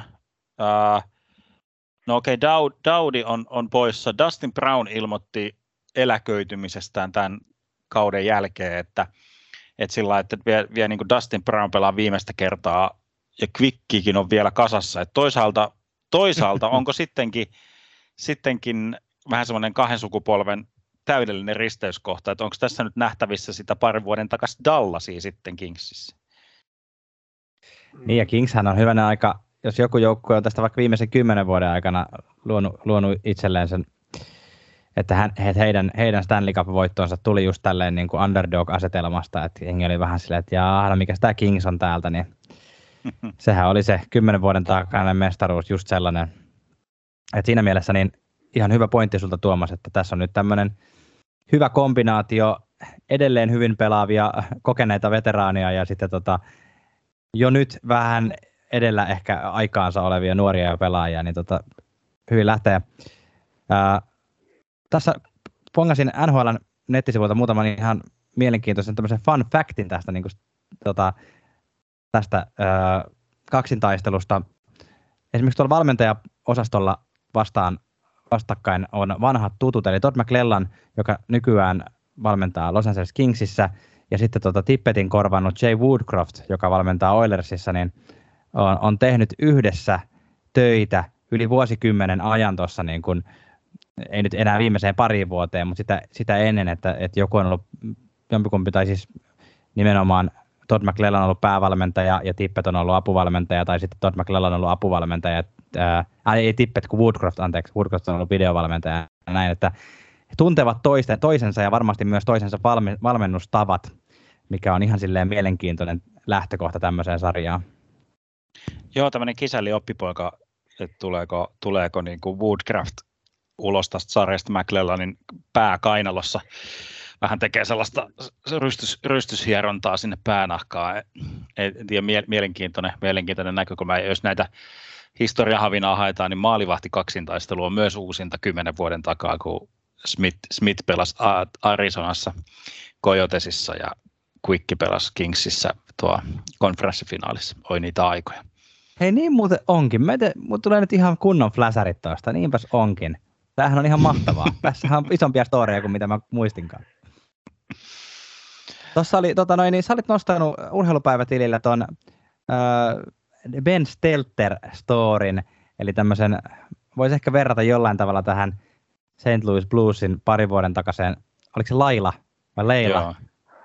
no okei, Doughty on poissa. Dustin Brown ilmoitti eläköitymisestään tämän kauden jälkeen, että sillä että vielä niin kuin Dustin Brown pelaa viimeistä kertaa ja Quickikin on vielä kasassa. Et toisaalta onko sittenkin vähän semmoinen 2 sukupolven täydellinen risteyskohta, että onko tässä nyt nähtävissä sitä parin vuoden takaisin Dallasia sitten Kingsissä? Niin, ja Kingshän on hyvänä aika, jos joku joukkue on tästä vaikka viimeisen 10 vuoden aikana luonut itselleen sen, että heidän Stanley Cup-voittoonsa tuli just tälleen niin kuin underdog-asetelmasta, että jengi oli vähän silleen, että jaa, no mikä tämä Kings on täältä, niin sehän oli se 10 vuoden takainen mestaruus just sellainen. Että siinä mielessä niin ihan hyvä pointti sulta Tuomas, että tässä on nyt tämmöinen hyvä kombinaatio, edelleen hyvin pelaavia, kokeneita veteraania ja sitten jo nyt vähän edellä ehkä aikaansa olevia nuoria pelaajia, niin hyvin lähtee. Tässä pongasin NHL:n nettisivuilta muutaman ihan mielenkiintoisen tämmöisen fun factin tästä, niin kuin, tästä kaksintaistelusta. Esimerkiksi tuolla valmentajaosastolla vastakkain on vanhat tutut, eli Todd McLellan, joka nykyään valmentaa Los Angeles Kingsissä, ja sitten Tippetin korvannut Jay Woodcroft, joka valmentaa Oilersissa, niin on tehnyt yhdessä töitä yli vuosikymmenen ajan tuossa, niin kuin, ei nyt enää viimeiseen pariin vuoteen, mutta sitä ennen, että joku on ollut jompikumpi, tai siis nimenomaan Todd McLellan on ollut päävalmentaja ja Tippett on ollut apuvalmentaja, tai sitten Todd McLellan on ollut apuvalmentaja, ei Tippett, kun Woodcroft on ollut videovalmentaja, ja näin, että he tuntevat toisensa ja varmasti myös toisensa valmennustavat, mikä on ihan silleen mielenkiintoinen lähtökohta tämmöiseen sarjaan. Joo, tämmöinen kisälli oppipoika, että tuleeko niin kuin Woodcraft ulos tästä sarjasta McLellanin pääkainalossa. Vähän tekee sellaista rystyshierontaa sinne päänahkaan. Mielenkiintoinen näkökulma. Jos näitä historiahavinaa haetaan, niin maalivahti kaksintaistelu on myös uusinta 10 vuoden takaa, kun Smith pelasi Arizonassa Coyotesissa ja Quick pelasi Kingsissä tuo konferenssifinaalissa. Oi niitä aikoja. Hei, niin muuten onkin. Mulla tulee nyt ihan kunnon fläsärit toista. Niinpäs onkin. Tämähän on ihan mahtavaa. Tässähän on isompia storeja kuin mitä mä muistinkaan. Tuossa oli, niin sä olit nostanut urheilupäivätilillä ton Ben Stelter-storin, eli tämmöisen, voisi ehkä verrata jollain tavalla tähän St. Louis Bluesin parin vuoden takaiseen, oliko se Laila vai Leila? Joo.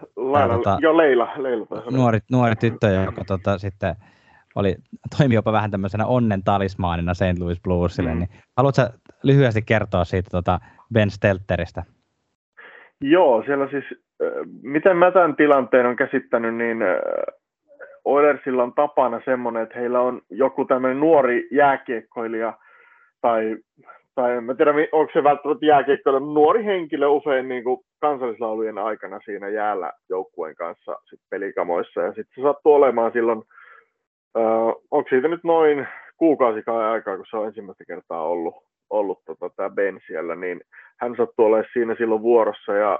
Leila. Nuori tyttö, joka sitten toimi jopa vähän tämmöisenä onnen talismaanina St. Louis Bluesille, niin haluatko lyhyesti kertoa siitä Ben Stelteristä? Joo, siellä siis, miten mä tämän tilanteen on käsittänyt, niin Oilersilla on tapana semmoinen, että heillä on joku tämmöinen nuori jääkiekkoilija, tai en mä tiedä, onko se välttämättä jääkiekkoilija, nuori henkilö usein niin kuin kansallislaulujen aikana siinä jäällä joukkueen kanssa sit pelikamoissa, ja sitten se sattuu olemaan silloin, onko siitä nyt noin kuukausikaan aikaa, kun se on ensimmäistä kertaa ollut tämä Ben siellä, niin hän sattui olemaan siinä silloin vuorossa, ja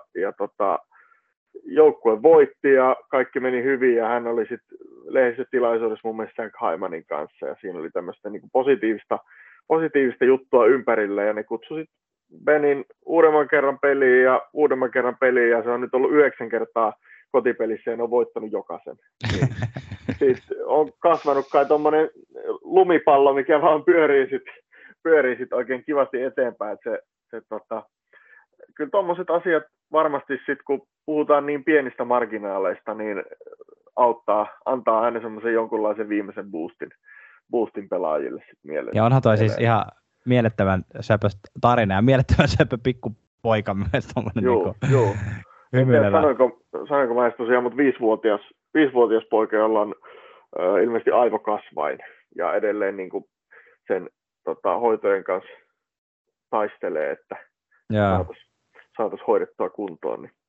joukkue voitti ja kaikki meni hyvin, ja hän oli sitten lehdistötilaisuudessa mun mielestä Haimanin kanssa, ja siinä oli tämmöistä niin positiivista juttua ympärille, ja ne kutsuivat Benin uudemman kerran peliin, ja se on nyt ollut 9 kertaa kotipelissä, ja ne on voittanut jokaisen. Sitten on kasvanut kai tuommoinen lumipallo, mikä vaan pyörii sit oikein kivasti eteenpäin, että kyllä tuommoiset asiat varmasti sitten, kun puhutaan niin pienistä marginaaleista, niin antaa aina semmoisen jonkunlaisen viimeisen boostin pelaajille sitten mieleen. Ja onhan toi siis ihan mielettömän söpö tarina ja mielettömän söpö pikkupoika myös tommoinen. Joo. Sanoinko mä edes tosiaan, mutta 5-vuotias poika, jolla on ilmeisesti aivokasvain ja edelleen niin kuin sen hoitojen kanssa taistelee, että saataisiin hoidettua kuntoon. Niin.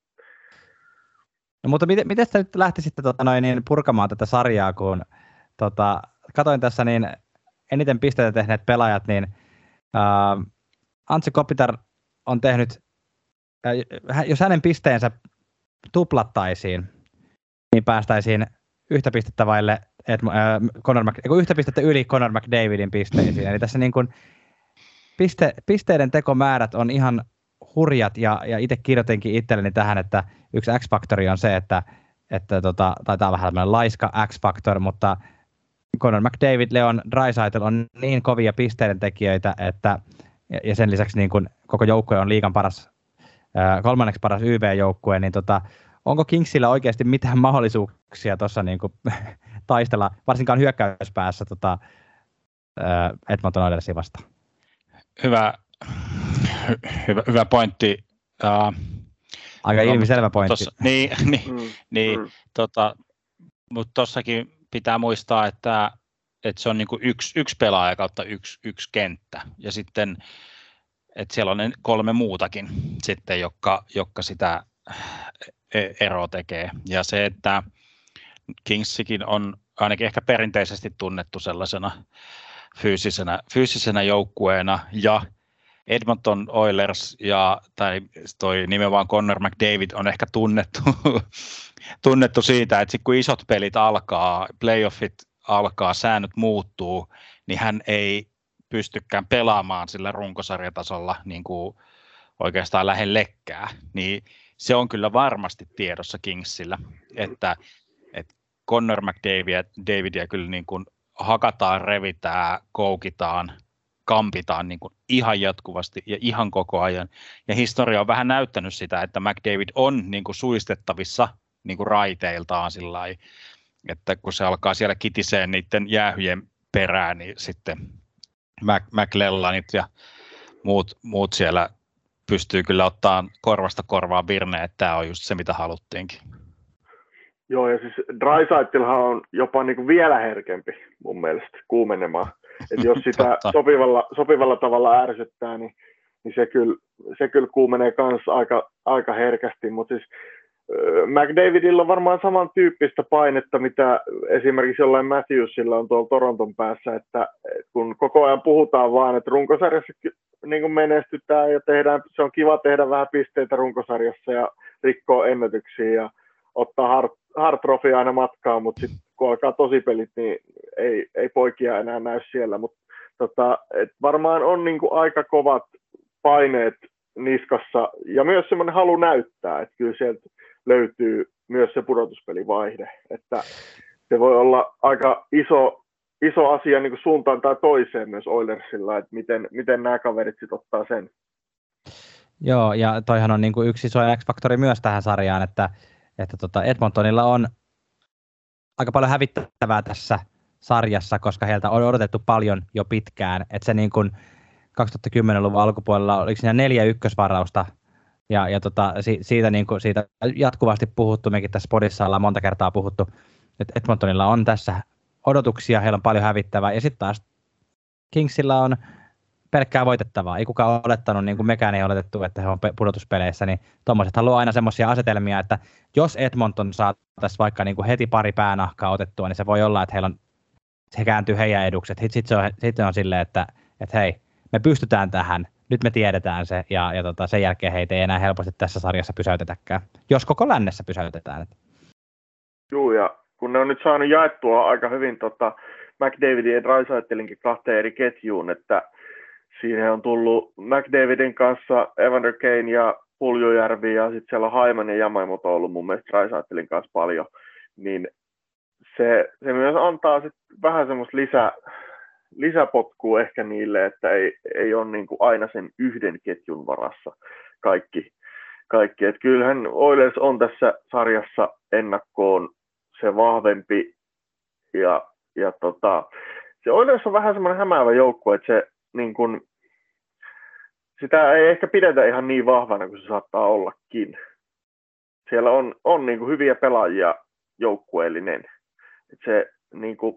No, mutta miten sä nyt lähtisitte purkamaan tätä sarjaa, kun katoin tässä niin eniten pisteitä tehneet pelaajat, niin Antsi Kopitar on tehnyt, jos hänen pisteensä tuplattaisiin, niin päästäisiin yhtä pistettä vaille yhtä pistettä yli Connor McDavidin pisteisiin. Eli tässä niin kuin pisteiden tekomäärät on ihan hurjat, ja itse kirjoitinkin itselleni tähän, että yksi X-faktori on se, että taitaa vähän tämmöinen laiska X-faktor, mutta Connor McDavid, Leon Draisaitl on niin kovia pisteiden tekijöitä, että ja sen lisäksi niin kuin koko joukkue on liigan kolmanneksi paras YV-joukkue, niin onko Kingsillä oikeasti mitään mahdollisuuksia tuossa niin kuin taistella, varsinkaan hyökkäyspäässä Edmonton Oilersia vastaan? Hyvä pointti. Aika ilmiselvä pointti. Mutta tuossakin pitää muistaa, että se on niinku yksi pelaaja kautta yksi kenttä. Ja sitten, että siellä on ne 3 muutakin sitten, jotka sitä eroa tekee. Ja se, että Kingsikin on ainakin ehkä perinteisesti tunnettu sellaisena fyysisenä joukkueena, ja Edmonton Oilers tai toi nimenomaan Connor McDavid on ehkä tunnettu siitä, että kun isot pelit alkaa, playoffit alkaa, säännöt muuttuu, niin hän ei pystykään pelaamaan sillä runkosarjatasolla niin kuin oikeastaan lähellekään. Niin se on kyllä varmasti tiedossa Kingsillä, että Connor McDavidia kyllä niin kuin hakataan, revitään, koukitaan, kampitaan niin kuin ihan jatkuvasti ja ihan koko ajan. Ja historia on vähän näyttänyt sitä, että McDavid on niin kuin suistettavissa niin kuin raiteiltaan sillä lailla, että kun se alkaa siellä kitiseen niiden jäähyjen perään, niin sitten McLellanit ja muut siellä pystyy kyllä ottamaan korvasta korvaan virneen, että tämä on just se, mitä haluttiinkin. Joo, ja siis Draisaitlhan on jopa niin kuin vielä herkempi mun mielestä kuumenemaan. Että jos sitä sopivalla tavalla ärsyttää, niin se kyllä kuumenee kanssa aika herkästi. Mutta siis McDavidilla on varmaan samantyyppistä painetta, mitä esimerkiksi jollain Matthewsilla on tuolla Toronton päässä, että kun koko ajan puhutaan vaan, että runkosarjassa niin kuin menestytään ja se on kiva tehdä vähän pisteitä runkosarjassa ja rikkoa ennätyksiä ja ottaa hard trophy aina matkaan, mutta sitten kun alkaa tosipelit, niin ei poikia enää näy siellä. Mutta varmaan on niin kuin aika kovat paineet niskassa ja myös semmoinen halu näyttää, että kyllä sieltä löytyy myös se pudotuspelivaihde, että se voi olla aika iso asia niin kuin suuntaan tai toiseen myös Oilersilla, että miten nämä kaverit sitten ottaa sen. Joo, ja toihan on niin kuin yksi iso X-faktori myös tähän sarjaan, että Edmontonilla on aika paljon hävittävää tässä sarjassa, koska heiltä on odotettu paljon jo pitkään, että se niin kuin 2010-luvun alkupuolella oliko siinä 4 ykkösvarausta, ja siitä, niin kuin, siitä jatkuvasti puhuttu, mekin tässä podissa ollaan monta kertaa puhuttu, että Edmontonilla on tässä odotuksia, heillä on paljon hävittävää, ja sitten taas Kingsillä on pelkkää voitettavaa. Ei kukaan olettanut, niin kuin mekään ei oletettu, että he on pudotuspeleissä, niin tuommoiset haluaa aina semmoisia asetelmia, että jos Edmonton saa tässä vaikka niin kuin heti pari päänahkaa otettua, niin se voi olla, että se kääntyy heidän eduksi. Sitten on silleen, että hei, me pystytään tähän, nyt me tiedetään se, ja sen jälkeen heitä ei enää helposti tässä sarjassa pysäytetäkään, jos koko lännessä pysäytetään. Joo, ja kun ne on nyt saanut jaettua aika hyvin McDavidin ja Draisaitlingin 2 eri ketjuun, että siihen on tullut McDavidin kanssa Evander Kane ja Puljujärvi, ja sitten siellä on Haiman ja Jamaimoto ollut mun mielestä Draisaitlin kanssa paljon, niin se myös antaa sit vähän semmoista lisäpotkua ehkä niille, että ei ole niin kuin aina sen yhden ketjun varassa kaikki. Et kyllähän Oilers on tässä sarjassa ennakkoon se vahvempi, ja se Oilers on vähän semmoinen hämäävä joukkue, että se niin kuin, sitä ei ehkä pidetä ihan niin vahvana kuin se saattaa ollakin. Siellä on niin kuin hyviä pelaajia joukkueellinen. Et se, niin kuin,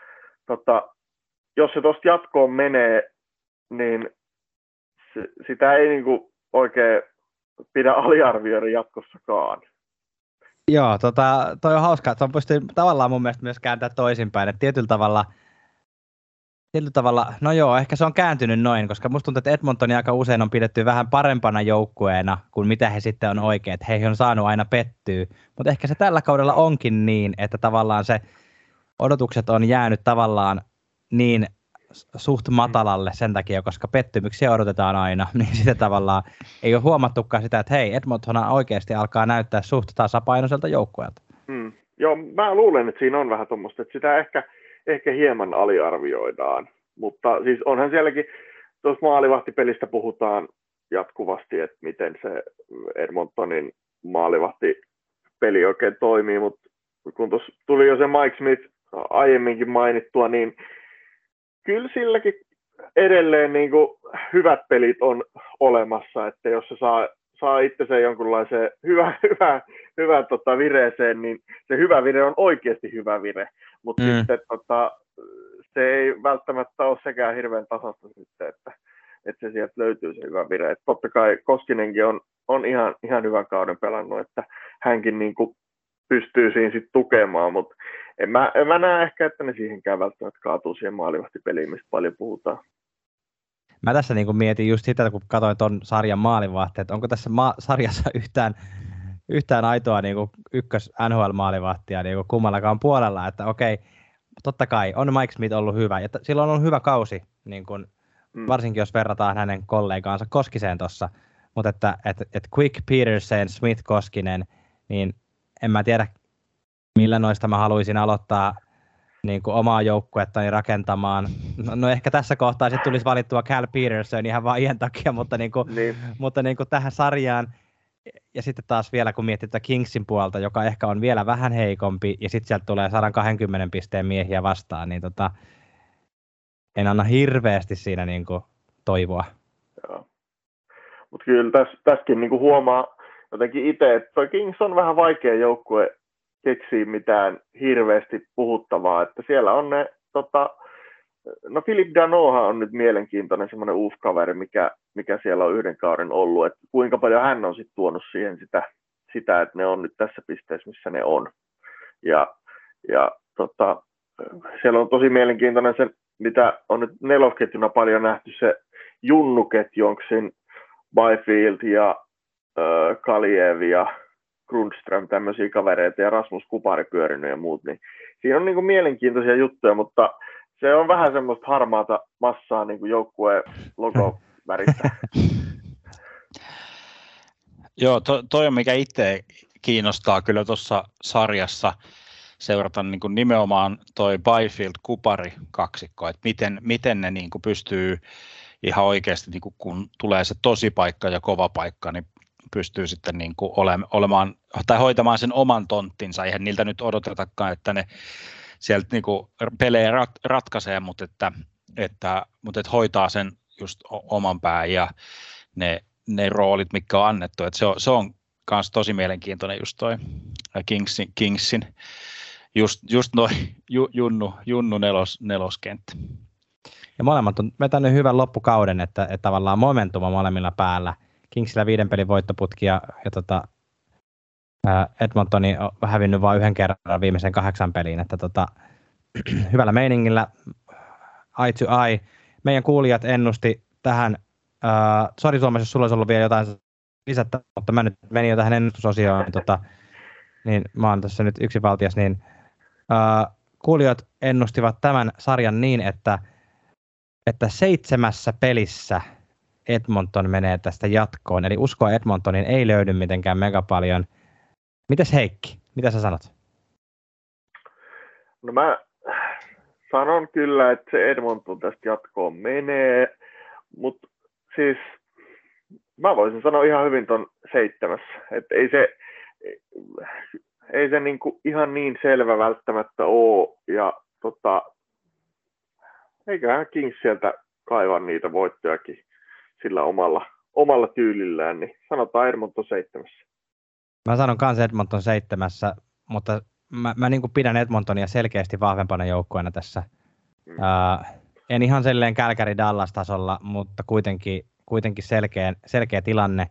jos se tuosta jatkoon menee, niin sitä ei niin kuin oikein pidä aliarvioida jatkossakaan. Joo, toi on hauskaa, että se on pystynyt tavallaan mun mielestä myös kääntää toisinpäin, että tietyllä tavalla, no joo, ehkä se on kääntynyt noin, koska musta tuntuu, että Edmontonia aika usein on pidetty vähän parempana joukkueena kuin mitä he sitten on oikein, että he on saanut aina pettyä, mutta ehkä se tällä kaudella onkin niin, että tavallaan se odotukset on jäänyt tavallaan niin suht matalalle sen takia, koska pettymyksiä odotetaan aina, niin sitten tavallaan ei ole huomattukaan sitä, että hei, Edmonton oikeasti alkaa näyttää suht tasapainoiselta joukkueelta. Joo, mä luulen, että siinä on vähän tuommoista, että sitä ehkä hieman aliarvioidaan, mutta siis onhan sielläkin, tuossa maalivahtipelistä puhutaan jatkuvasti, että miten se Edmontonin maalivahtipeli oikein toimii, mutta kun tuossa tuli jo se Mike Smith aiemminkin mainittua, niin kyllä silläkin edelleen niin kuin hyvät pelit on olemassa, että jos se saa itsensä jonkunlaiseen hyvään vireeseen, niin se hyvä vire on oikeasti hyvä vire, mutta sitten se ei välttämättä ole sekään hirveän tasasta sitten, että se sieltä löytyy se hyvä vire. Et totta kai Koskinenkin on ihan hyvän kauden pelannut, että hänkin niin kuin pystyy siinä sitten tukemaan, mutta en mä näe ehkä, että ne siihenkään välttämättä kaatuu siihen maalivahtipeliin, mistä paljon puhutaan. Mä tässä niin kuin mietin just sitä, kun katsoin ton sarjan maalivahtia, että onko tässä sarjassa yhtään aitoa niin kuin ykkös NHL-maalivahtia niin kuin kummallakaan puolella, että okei, totta kai on Mike Smith ollut hyvä, ja silloin on ollut hyvä kausi, niin kuin, varsinkin jos verrataan hänen kollegaansa Koskiseen tuossa, mutta että Quick, Petersen, Smith, Koskinen, niin en mä tiedä, millä noista mä haluaisin aloittaa niin kuin omaa joukkuettani rakentamaan. No ehkä tässä kohtaa sitten tulisi valittua Cal Peterson ihan vaan iän takia, mutta niin kuin tähän sarjaan. Ja sitten taas vielä, kun miettii tätä Kingsin puolta, joka ehkä on vielä vähän heikompi, ja sitten sieltä tulee 120 pisteen miehiä vastaan, niin en anna hirveästi siinä niin kuin toivoa. Joo. Mutta kyllä tässäkin niin kuin huomaa jotenkin itse, että toi Kings on vähän vaikea joukkue keksiä mitään hirveästi puhuttavaa, että siellä on ne, no Philip Danaulthan on nyt mielenkiintoinen semmoinen uusi kaveri, mikä siellä on yhden kauden ollut, että kuinka paljon hän on sitten tuonut siihen sitä, että ne on nyt tässä pisteessä, missä ne on. Ja siellä on tosi mielenkiintoinen se, mitä on nyt nelosketjuna paljon nähty, se junnuketju, onko siinä Byfield ja Kaliev ja Grundström, tämmöisiä kavereita ja Rasmus Kupari pyörinyt ja muut, niin siinä on niinku mielenkiintoisia juttuja, mutta se on vähän semmoista harmaata massaa niinku joukkueen logo-värissä. Joo, toi on mikä itse kiinnostaa kyllä tuossa sarjassa seurata niin kuin nimenomaan toi Byfield-Kupari kaksikko, että miten ne niin kuin pystyy ihan oikeasti, niin kuin kun tulee se tosi paikka ja kova paikka, niin pystyy sitten niin kuin olemaan tai hoitamaan sen oman tonttinsa. Eihän niiltä nyt odotetakaan, että ne sieltä niin kuin pelejä ratkaisee, mutta että hoitaa sen just oman pään ja ne roolit, mitkä on annettu. Että se on myös tosi mielenkiintoinen just toi Kingsin just noin Junnu neloskenttä. Ja molemmat on vetänyt hyvän loppukauden, että tavallaan momentum on molemmilla päällä. Kingsillä 5 pelin voittoputki ja Edmontoni on hävinnyt vain 1 kerran viimeisen 8 peliin. Että hyvällä meiningillä eye to eye. Meidän kuulijat ennusti tähän, sori Suomessa, jos sulla olisi ollut vielä jotain lisättä, mutta mä nyt menin jo tähän ennustusosioon, niin mä oon tässä nyt yksinvaltias, niin kuulijat ennustivat tämän sarjan niin, että 7 pelissä Edmonton menee tästä jatkoon, eli uskoa Edmontonin ei löydy mitenkään mega paljon. Mites Heikki, mitä sä sanot? No mä sanon kyllä, että se Edmonton tästä jatkoon menee, mutta siis mä voisin sanoa ihan hyvin ton 7, että ei se niinku ihan niin selvä välttämättä ole, ja eiköhän Kings sieltä kaivaa niitä voittojakin sillä omalla tyylillään, niin sanotaan Edmonton 7. Mä sanon kanssa Edmonton 7, mutta mä niin kuin pidän Edmontonia selkeästi vahvempana joukkueena tässä. En ihan silleen Calgary Dallas-tasolla, mutta kuitenkin selkeä tilanne.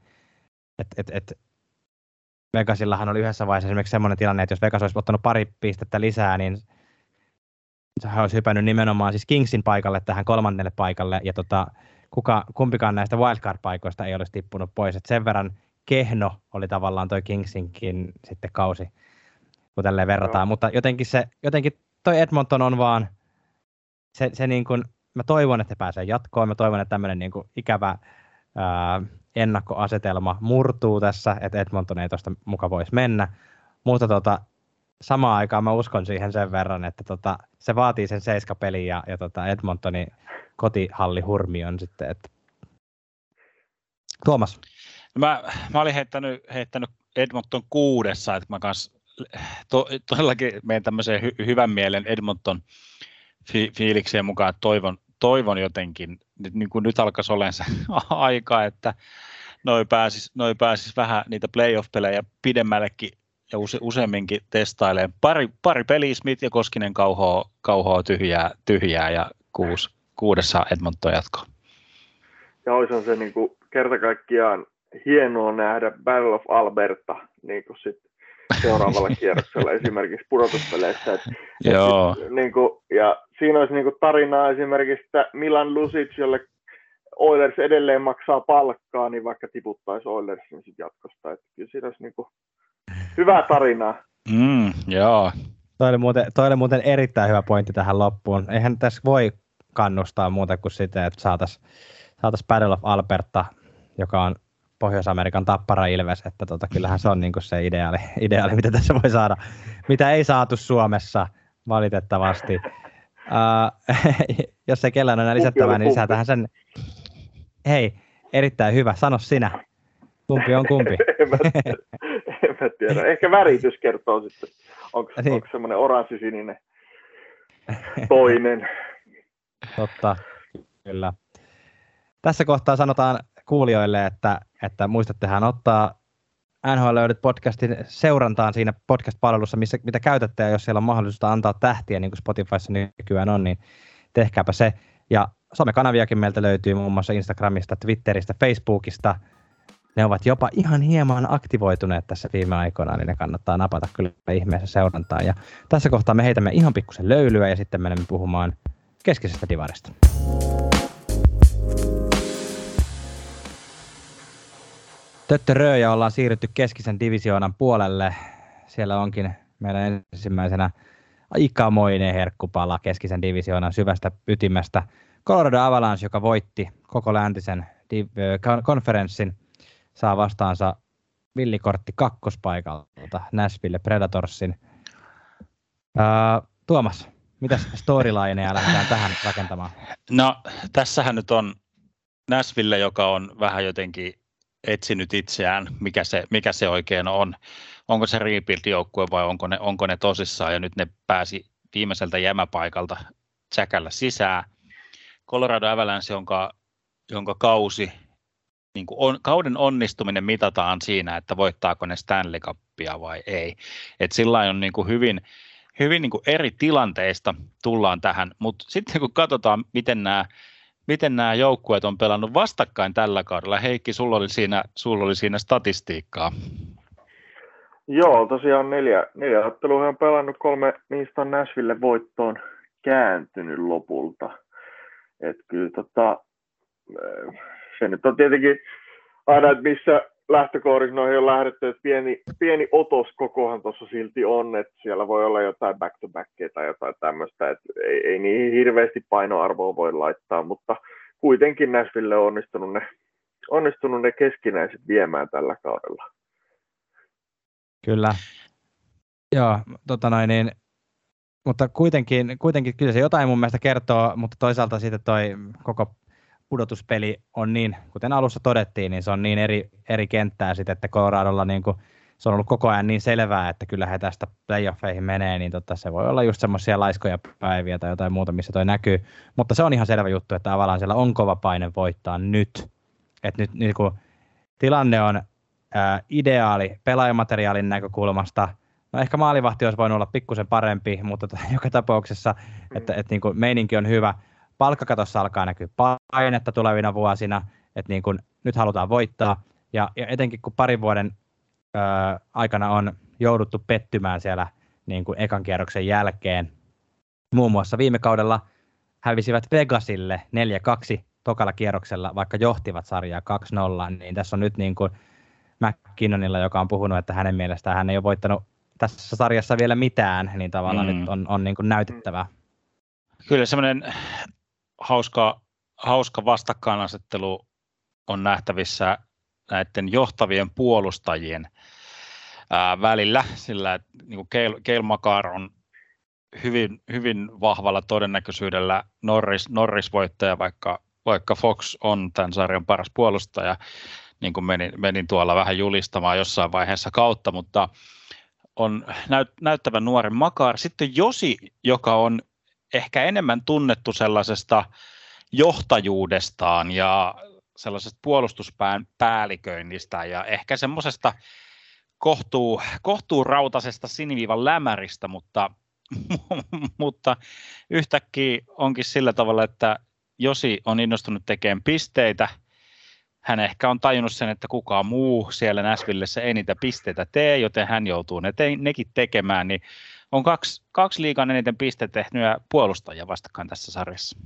Vegasillahan oli yhdessä vaiheessa esimerkiksi semmoinen tilanne, että jos Vegas olisi ottanut 2 pistettä lisää, niin hän olisi hypännyt nimenomaan siis Kingsin paikalle tähän 3. paikalle, ja kumpikaan näistä wildcard-paikoista ei olisi tippunut pois. Et sen verran kehno oli tavallaan toi Kingsinkin sitten kausi, kun tälleen verrataan. No. Mutta jotenkin toi Edmonton on vaan, se niin kuin, mä toivon, että he pääsee jatkoon. Mä toivon, että tämmöinen niin kuin ikävä ennakkoasetelma murtuu tässä, että Edmonton ei tuosta muka voisi mennä. Mutta samaan aikaan mä uskon siihen sen verran, että se vaatii sen 7-pelin ja Edmontonin kotihalli hurmion sitten. Että. Tuomas. Mä olin heittänyt Edmonton 6, että mä kanssa todellakin menen tämmöiseen hyvän mielen Edmonton fiilikseen mukaan, että toivon jotenkin, niin kuin nyt alkaisi olemaan se aika, että noi pääsis vähän niitä playoff-pelejä pidemmällekin ja useamminkin testailemaan. Pari peliä Smith ja Koskinen kauhoo tyhjää ja 6 Edmonton jatkoa. Ja olisihan se niin kuin kerta kaikkiaan hienoa nähdä Battle of Alberta niin kuin sit seuraavalla kierroksella esimerkiksi pudotuspeleissä. Niin kuin, ja siinä olisi niin kuin tarinaa esimerkiksi, että Milan Lucic, jolle Oilers edelleen maksaa palkkaa, niin vaikka tiputtaisi Oilersin sit jatkosta. Että kyllä siinä olisi niin kuin hyvää tarinaa. Joo. Toi oli muuten erittäin hyvä pointti tähän loppuun. Eihän tässä voi kannustaa muuta kuin sitä, että saataisiin Battle of Alberta, joka on Pohjois-Amerikan Tappara Ilves, että kyllähän se on niin kuin se ideaali, mitä tässä voi saada, mitä ei saatu Suomessa valitettavasti. Jos ei kellään ole lisättävää, niin lisätään sen. Hei, erittäin hyvä, sano sinä. Kumpi on kumpi? En mä tiedä. Ehkä väritys kertoo sitten. Onko semmoinen oranssisininen toinen? Totta, kyllä. Tässä kohtaa sanotaan kuulijoille, että muistattehan ottaa NHL Löydät podcastin seurantaan siinä podcast-palvelussa, mitä käytätte, ja jos siellä on mahdollisuutta antaa tähtiä, niin kuin Spotifyssa nykyään on, niin tehkääpä se. Ja somekanaviakin meiltä löytyy muun muassa Instagramista, Twitteristä, Facebookista. Ne ovat jopa ihan hieman aktivoituneet tässä viime aikoina, niin ne kannattaa napata kyllä ihmeessä seurantaan. Ja tässä kohtaa me heitämme ihan pikkusen löylyä ja sitten menemme puhumaan keskisestä divarista. Töttörö ja ollaan siirrytty keskisen divisioonan puolelle. Siellä onkin meidän ensimmäisenä aikamoinen herkkupala keskisen divisioonan syvästä ytimestä. Colorado Avalanche, joka voitti koko läntisen konferenssin, saa vastaansa villikortti kakkospaikalta Nashville Predatorsin. Tuomas, mitäs storylineja lähdetään tähän rakentamaan? No, tässähän nyt on Nashville, joka on vähän jotenkin etsinyt itseään, mikä se oikein on. Onko se rebuild-joukkue vai onko ne tosissaan, ja nyt ne pääsi viimeiseltä jämäpaikalta säkällä sisään. Colorado Avalanche, jonka kausi, niin kuin kauden onnistuminen mitataan siinä, että voittaako ne Stanley Cupia vai ei. Et sillä on niin kuin hyvin niin kuin eri tilanteista tullaan tähän, mutta sitten kun katsotaan, miten nämä joukkueet on pelannut vastakkain tällä kaudella. Heikki, sulla oli siinä statistiikkaa. Joo, tosiaan neljä ottelua on pelannut, 3 niistä on Nashville voittoon kääntynyt lopulta. Että kyllä se nyt on tietenkin aina, että missä lähtökohdissa noihin on lähdetty, että pieni otoskokohan tuossa silti on, että siellä voi olla jotain back-to-backia tai jotain tämmöistä, että ei niihin hirveästi painoarvoa voi laittaa, mutta kuitenkin Nashville on onnistunut ne keskinäiset viemään tällä kaudella. Kyllä. Joo, mutta kuitenkin kyllä se jotain mun mielestä kertoo, mutta toisaalta sitten toi koko pudotuspeli on niin, kuten alussa todettiin, niin se on niin eri kenttää sitten, että Coloradolla niin kuin, se on ollut koko ajan niin selvää, että kyllä he tästä playoffeihin menee, niin se voi olla just semmoisia laiskoja päiviä tai jotain muuta, missä toi näkyy, mutta se on ihan selvä juttu, että tavallaan siellä on kova paine voittaa nyt, että nyt niin kuin, tilanne on ideaali pelaajamateriaalin näkökulmasta. No ehkä maalivahti olisi voinut olla pikkusen parempi, mutta joka tapauksessa, että niin kuin meininki on hyvä. Palkkakatossa alkaa näkyä painetta tulevina vuosina, että niin kuin nyt halutaan voittaa. Ja etenkin kun parin vuoden aikana on jouduttu pettymään siellä niin kuin ekan kierroksen jälkeen. Muun muassa viime kaudella hävisivät Vegasille 4-2 tokalla kierroksella, vaikka johtivat sarjaa 2-0, niin tässä on nyt niin kuin McKinnonilla, joka on puhunut, että hänen mielestään hän ei ole voittanut tässä sarjassa vielä mitään, niin tavallaan nyt on niin kuin näytettävää. Kyllä semmoinen hauska vastakkainasettelu on nähtävissä näiden johtavien puolustajien välillä, sillä niin kuin Cale Makar on hyvin vahvalla todennäköisyydellä Norris-voittaja, vaikka Fox on tämän sarjan paras puolustaja, niin kuin menin tuolla vähän julistamaan jossain vaiheessa kautta, mutta on näyttävän nuori Makar. Sitten Josi, joka on ehkä enemmän tunnettu sellaisesta johtajuudestaan ja sellaisesta puolustuspään päälliköinnistä ja ehkä semmoisesta kohtuu rautasesta siniviivan lämäristä, mutta yhtäkkiä onkin sillä tavalla, että Josi on innostunut tekemään pisteitä. Hän ehkä on tajunnut sen, että kukaan muu siellä Nashvillessä ei niitä pisteitä tee, joten hän joutuu nekin tekemään. Niin on kaksi liigan eniten pisteitä tehnyä puolustajia vastakkain tässä sarjassa.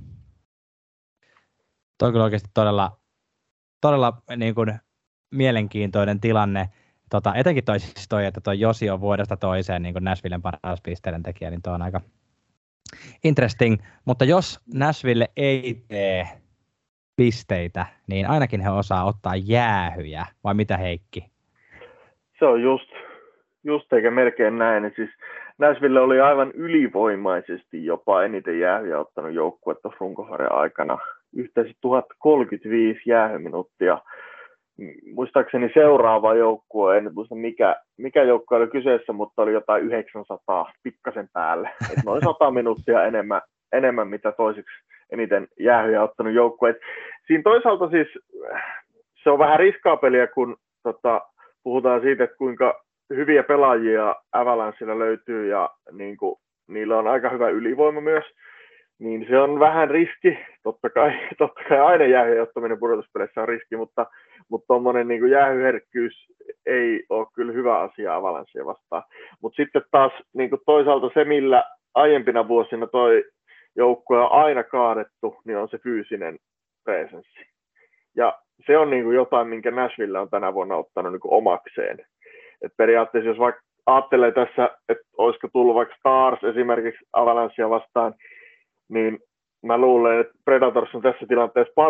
Toi on kyllä oikeasti todella niin kuin mielenkiintoinen tilanne. Etenkin toi, että toi Josi on vuodesta toiseen niin kuin Nashvillen paras pisteiden tekijä, niin toi on aika interesting. Mutta jos Nashville ei tee pisteitä, niin ainakin he osaa ottaa jäähyjä, vai mitä Heikki? Se on just eikä melkein näin. Siis Nashville oli aivan ylivoimaisesti jopa eniten jäähyjä ottanut joukkue tuossa runkosarjan aikana. Yhteensä 1035 jäähyminuuttia. Muistaakseni seuraava joukkue, en muista mikä joukkue oli kyseessä, mutta oli jotain 900 pikkasen päälle. Et noin 100 minuuttia enemmän mitä toiseksi eniten jäähyjä ottanut joukkue. Siinä toisaalta siis se on vähän riskaapeliä, kun puhutaan siitä, että kuinka hyviä pelaajia Avalanchella löytyy ja niin kuin, niillä on aika hyvä ylivoima myös. Niin se on vähän riski, totta kai aina jäähyjen ottaminen pudotuspeleissä on riski, mutta tuommoinen niin jäähyherkkyys ei ole kyllä hyvä asia Avalanchea vastaan. Mutta sitten taas niin toisaalta se, millä aiempina vuosina toi joukkue on aina kaadettu, niin on se fyysinen presenssi. Ja se on niin jotain, minkä Nashville on tänä vuonna ottanut niin omakseen. Et periaatteessa jos vaikka ajattelee tässä, että olisiko tullut vaikka Stars esimerkiksi Avalanchea vastaan, niin mä luulen, että Predators on tässä tilanteessa paljon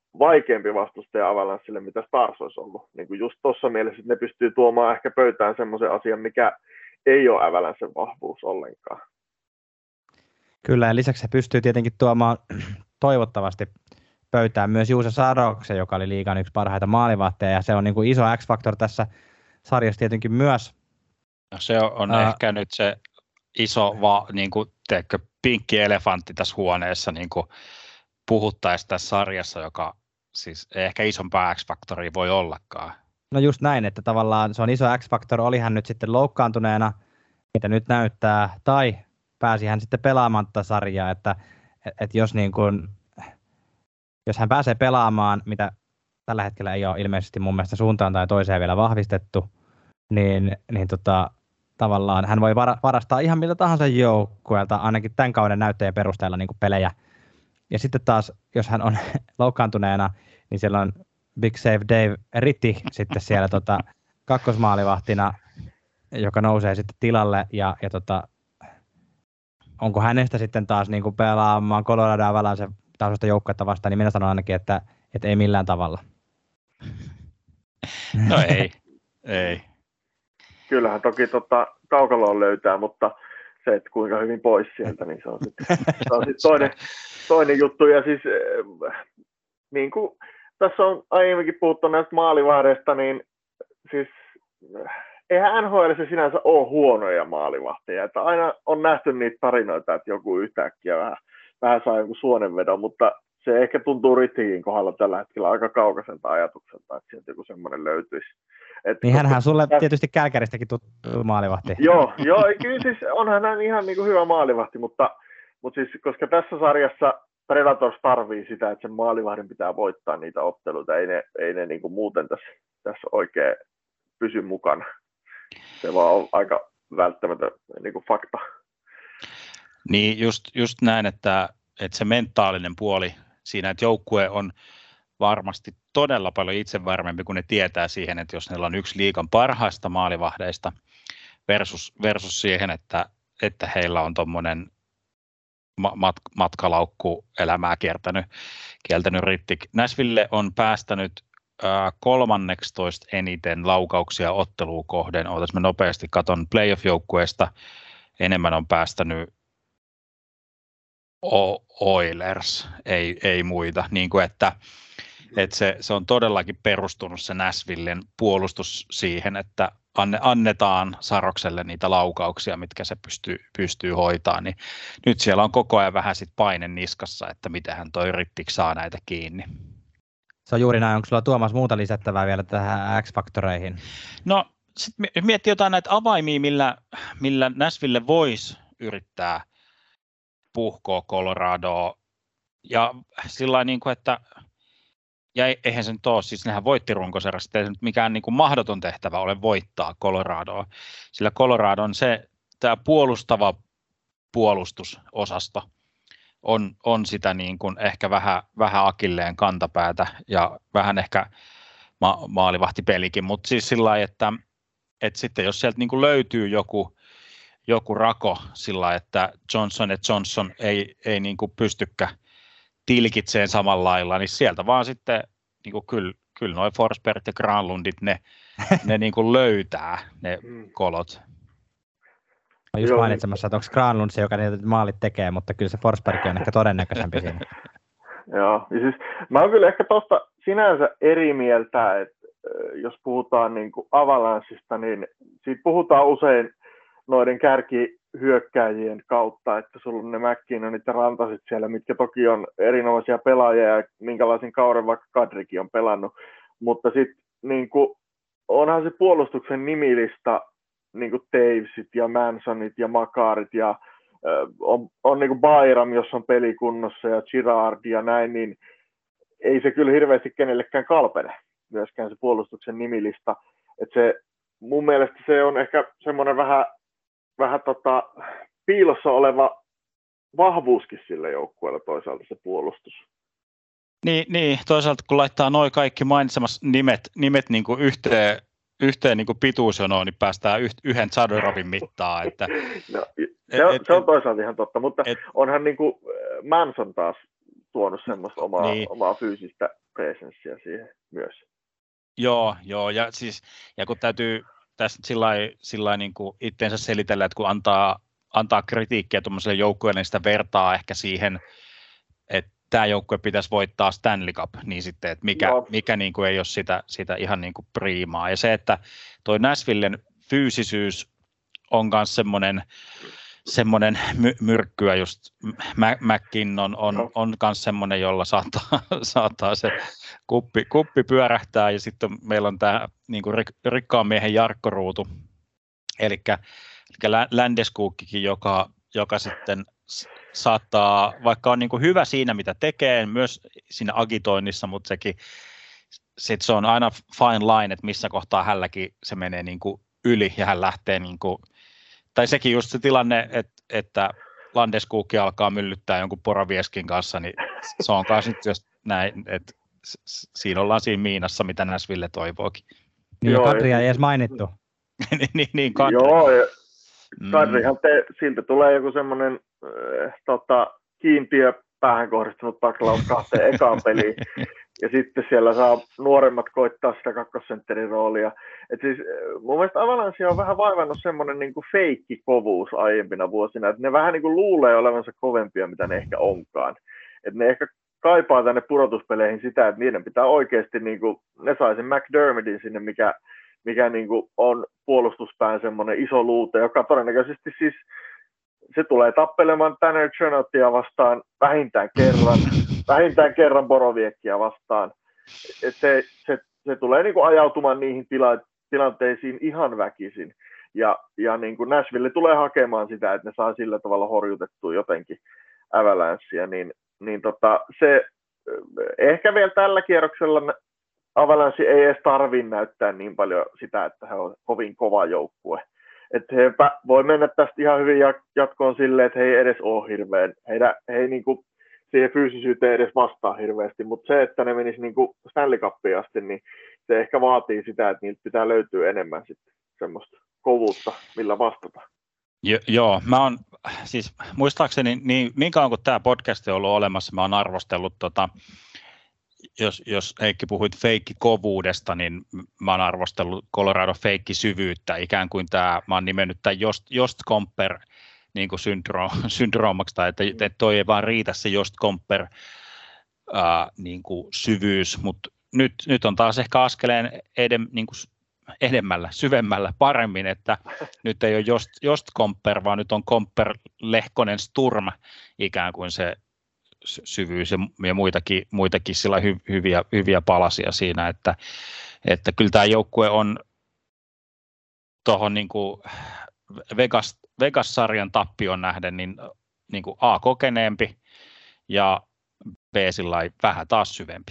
vaikeampi vastustaja Avalanchelle, mitä Stars olisi ollut. Niin kuin just tuossa mielessä, että ne pystyy tuomaan ehkä pöytään semmoisen asian, mikä ei ole Avalanchen vahvuus ollenkaan. Kyllä, ja lisäksi se pystyy tietenkin tuomaan toivottavasti pöytään myös Juuse Sadoksen, joka oli liigan yksi parhaita maalivahteja, ja se on niin kuin iso X-faktor tässä sarjassa tietenkin myös. No se on ehkä nyt se iso niin kuin, teekö, pinkki elefantti tässä huoneessa niin kuin puhuttaessa tässä sarjassa, joka siis ei ehkä isompaa X-faktoria voi ollakaan. No just näin, että tavallaan se on iso X-faktor, oli hän nyt sitten loukkaantuneena, mitä nyt näyttää, tai pääsi hän sitten pelaamaan tätä sarjaa, että jos, niin kuin, jos hän pääsee pelaamaan, mitä tällä hetkellä ei ole ilmeisesti mun mielestä suuntaan tai toiseen vielä vahvistettu, niin tavallaan hän voi varastaa ihan miltä tahansa joukkueelta, ainakin tämän kauden näyttöjen perusteella niin kuin pelejä. Ja sitten taas, jos hän on loukkaantuneena, niin siellä on Big Save Dave Ritti sitten siellä kakkosmaalivahtina, joka nousee sitten tilalle. Ja onko hänestä sitten taas niin kuin pelaamaan Colorado Avalanche tasoista joukkuetta vastaan, niin minä sanon ainakin, että ei millään tavalla. No ei. Kyllähän toki kaukaloon löytää, mutta se, että kuinka hyvin pois sieltä, niin se on sitten toinen juttu. Ja siis, niin kuin tässä on aiemminkin puhuttu näistä maalivahdeista, niin siis eihän NHL se sinänsä ole huonoja maalivahteja. Että aina on nähty niitä tarinoita, että joku yhtäkkiä vähän saa jonkun suonenvedon, mutta se ehkä tuntuu Rittikin kohdalla tällä hetkellä aika kaukaiselta ajatukselta, että sieltä joku semmoinen löytyisi. Niin hänhän sulle tietysti Kälkäristäkin tuttu maalivahti. Joo, kyllä siis onhan hän ihan niin kuin hyvä maalivahti, mutta siis, koska tässä sarjassa Predators tarvii sitä, että sen maalivahdin pitää voittaa niitä otteluita, ei ne niin kuin muuten tässä oikein pysy mukana. Se vaan on aika välttämätön niin kuin fakta. Niin just näin, että se mentaalinen puoli siinä, että joukkue on varmasti todella paljon itsevarmempi, kun ne tietää siihen, että jos neillä on yksi liigan parhaista maalivahdeista versus siihen, että heillä on tuommoinen matkalaukku elämää kieltänyt Rittik. Nashville on päästänyt 13 eniten laukauksia otteluun kohden. Ootas mä nopeasti katon playoff-joukkueesta. Enemmän on päästänyt Oilers, ei muita. Niin kuin että se on todellakin perustunut se Nashvillen puolustus siihen, että annetaan Sarokselle niitä laukauksia, mitkä se pystyy hoitamaan. Niin nyt siellä on koko ajan vähän sit paine niskassa, että mitenhän toi Rittik saa näitä kiinni. Se on juuri näin. Onko sulla Tuomas muuta lisättävää vielä tähän X-faktoreihin? No sitten miettii jotain näitä avaimia, millä Nashville voisi yrittää puhkoa Coloradoa. Ja sillä niin kuin, että ja eihän se nyt ole, siis nehän voitti runkosarjassa, ei nyt mikään niin kuin mahdoton tehtävä ole voittaa Coloradoa, sillä Colorado on tämä puolustava puolustusosasto on sitä niin kuin ehkä vähän akilleen kantapäätä ja vähän ehkä maalivahtipelikin, mutta siis sillä lailla, että sitten jos sieltä niin kuin löytyy joku rako sillä lailla, että Johnson ei niin kuin pystykään tilkitseen samalla lailla, niin sieltä vaan sitten niin kuin kyllä noi Forsberg ja Granlundit ne niin kuin löytää ne kolot. Mä just mainitsemassa, että onko Granlund se, joka niitä maalit tekee, mutta kyllä se Forsberg on ehkä todennäköisempi siinä. Joo, ja siis mä oon kyllä ehkä tuosta sinänsä eri mieltä, että jos puhutaan niin kuin Avalanchesta, niin siitä puhutaan usein noiden kärkihyökkääjien kautta, että sulla on ne McKinnonit ja Rantasit siellä, mitkä toki on erinomaisia pelaajia ja minkälaisen kauden vaikka Kadrikin on pelannut, mutta sitten niin onhan se puolustuksen nimilista niin kuin Tavesit ja Mansonit ja Makarit ja on niin kuin Bayram, jos on pelikunnossa ja Girard ja näin, niin ei se kyllä hirveästi kenellekään kalpene myöskään se puolustuksen nimilista. Että se, mun mielestä se on ehkä semmoinen vähän piilossa oleva vahvuuskin sillä joukkueella toisaalta se puolustus. Niin, toisaalta kun laittaa noin kaikki mainitsemassa nimet niin kuin yhteen niin kuin pituusjonoon, niin päästään yhden Zadorovin mittaan. Että, no, se on toisaalta ihan totta, mutta onhan niin kuin Manson taas tuonut semmoista omaa fyysistä presenssiä siihen myös. Joo, ja kun täytyy tässä sillä niin kuin itseensä selitellä, että kun antaa kritiikkiä tuommoiselle joukkueelle, niin sitä vertaa ehkä siihen, että tämä joukkue pitäisi voittaa Stanley Cup, niin sitten, että mikä niin kuin ei ole sitä ihan niin kuin priimaa. Ja se, että toi Nashvillen fyysisyys on myös semmoinen myrkkyä, just McKinnon on myös semmoinen, jolla saattaa se kuppi pyörähtää, ja sitten meillä on tämä niin kuin rikkaan miehen Jarkko-ruutu, eli Landeskogkin, joka sitten saattaa, vaikka on niin kuin hyvä siinä, mitä tekee, myös siinä agitoinnissa, mutta se on aina fine line, että missä kohtaa hänelläkin se menee niin kuin yli, ja hän lähtee, niin kuin, tai sekin just se tilanne, että Landeskog alkaa myllyttää jonkun Porovieskin kanssa, niin se on myös nyt just näin, että siinä ollaan siinä miinassa, mitä Nashville toivookin. Niin, Kadria ei edes mainittu. niin Kadri. Joo, ja Kadrihan siltä tulee joku semmoinen kiintiö päähän kohdistunut taklaus 2 ekaan peliin, ja sitten siellä saa nuoremmat koittaa sitä kakkosentterin roolia. Et siis, mun mielestä Avalanche on vähän vaivannut semmoinen niin kuin feikkikovuus aiempina vuosina, että ne vähän niin kuin luulee olevansa kovempia, mitä ne ehkä onkaan. Et ne ehkä kaipaa tänne pudotuspeleihin sitä, että niiden pitää oikeasti, niin kuin, ne sai sen McDermottin sinne, mikä niin kuin on puolustuspään semmoinen iso luute, joka todennäköisesti siis se tulee tappelemaan Tanner Chenottia vastaan vähintään kerran Boroviekkia vastaan. Et se tulee niin kuin ajautumaan niihin tilanteisiin ihan väkisin. Ja niin kuin Nashville tulee hakemaan sitä, että ne saa sillä tavalla horjutettua jotenkin Avalancea. Niin se ehkä vielä tällä kierroksella Avalanche ei edes tarvitse näyttää niin paljon sitä, että he on kovin kova joukkue. Että he voi mennä tästä ihan hyvin jatkoon silleen, että he ei edes ole hirveän, he ei niin kuin siihen fyysisyyteen edes vastaa hirveästi, mutta se, että ne menisi niin kuin Stanley Cupiin asti, niin se ehkä vaatii sitä, että niiltä pitää löytyä enemmän sitten semmoista kovuutta, millä vastata. Joo, mä oon siis muistaakseni niin kauan kuin tämä podcast on ollut olemassa, mä oon arvostellut jos Heikki puhuit feikkikovuudesta, niin mä oon arvostellut Colorado feikkisyvyyttä, ikään kuin mä oon nimennyt tämän Jost Comper niin kuin syndroomaksi, tai että toi ei vaan riitä se Jost Comper niin kuin syvyys, mutta nyt on taas ehkä askeleen niin kuin edemmällä, syvemmällä, paremmin, että nyt ei ole Jost Comper, vaan nyt on Comper Lehkonen Sturm ikään kuin se syvyys ja muitakin sillä hyviä palasia siinä, että kyllä tämä joukkue on tuohon niin kuin Vegas-sarjan tappion nähden niin kuin A kokeneempi ja B sillai vähän taas syvempi.